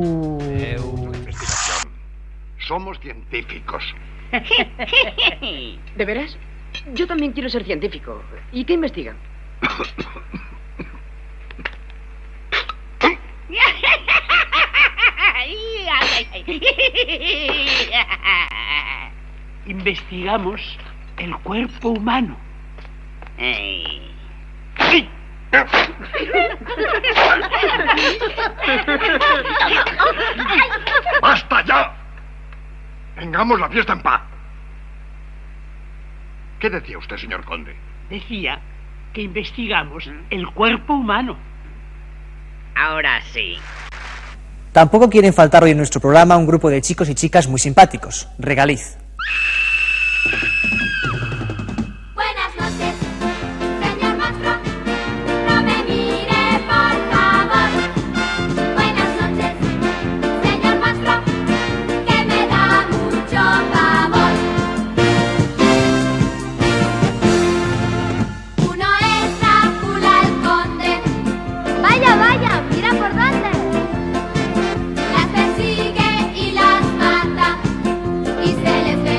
Adeu. Somos científicos. ¿De veras? Yo también quiero ser científico. ¿Y qué investigan? Investigamos el cuerpo humano. ¡Basta ya! Tengamos la fiesta en paz. ¿Qué decía usted, señor conde? Decía que investigamos el cuerpo humano. Ahora sí. Tampoco quieren faltar hoy en nuestro programa un grupo de chicos y chicas muy simpáticos, Regaliz. Buenas noches, señor monstruo. No me mire, por favor. Buenas noches, señor monstruo, que me da mucho pavor. Uno es Drácula el conde. Vaya, vaya, mira por dónde. Las persigue y las mata y se les ve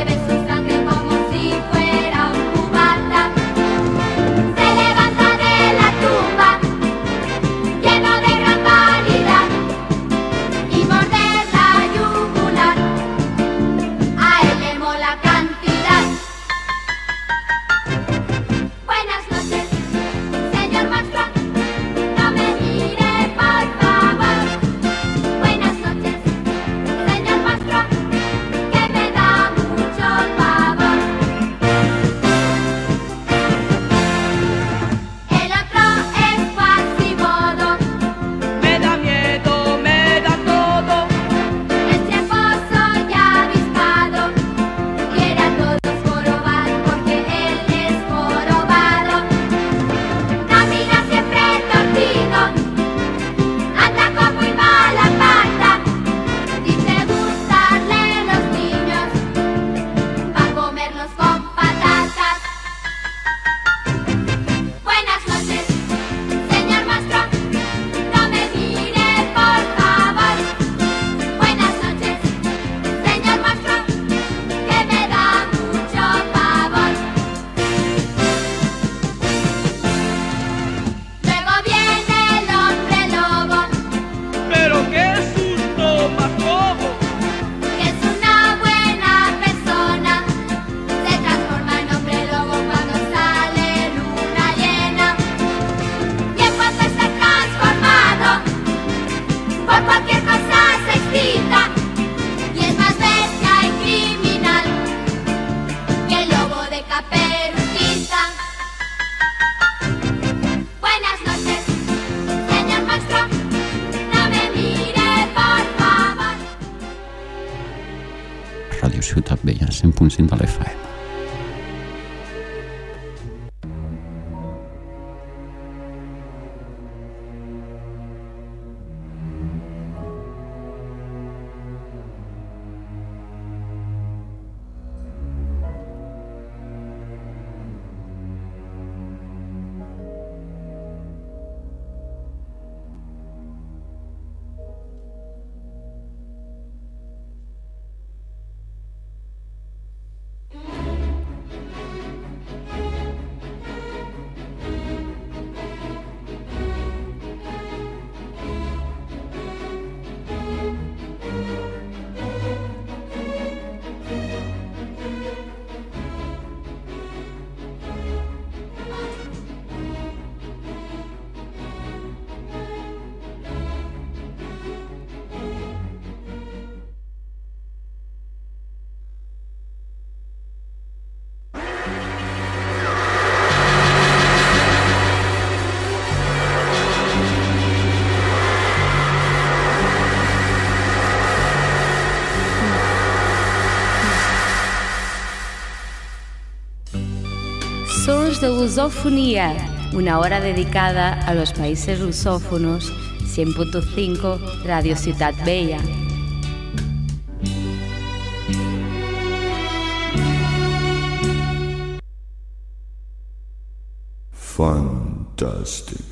cent punt cinc de l'F M. Sons de Lusofonía, una hora dedicada a los países lusófonos, cien punto cinco Radio Ciutat Bella. Fantastic.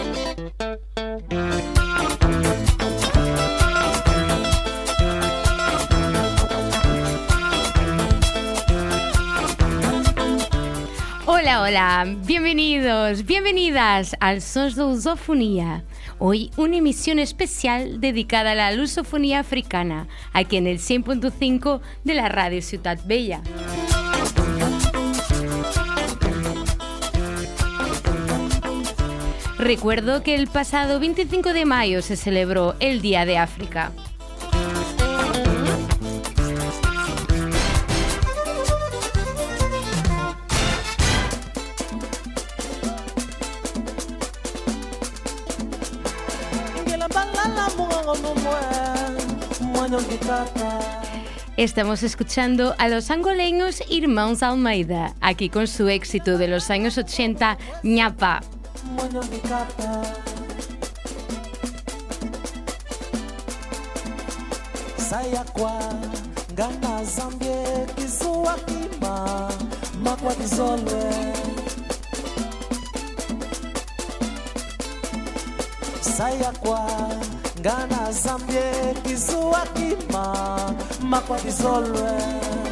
Hola, hola, bienvenidos, bienvenidas al Sons de Lusofonía. Hoy una emisión especial dedicada a la lusofonía africana, aquí en el cien punto cinco de la Radio Ciutat Bella. Recuerdo que el pasado veinticinco de mayo se celebró el Día de África. Estamos escuchando a los angoleños Irmãos Almeida, aquí con su éxito de los años ochenta, Ñapa. Sayakwa, Gana Zambie, Kizua Kima, Makwa Dizolwe. Sayakwa, Gana Zambie, Kizua Kima, Makwa Dizolwe.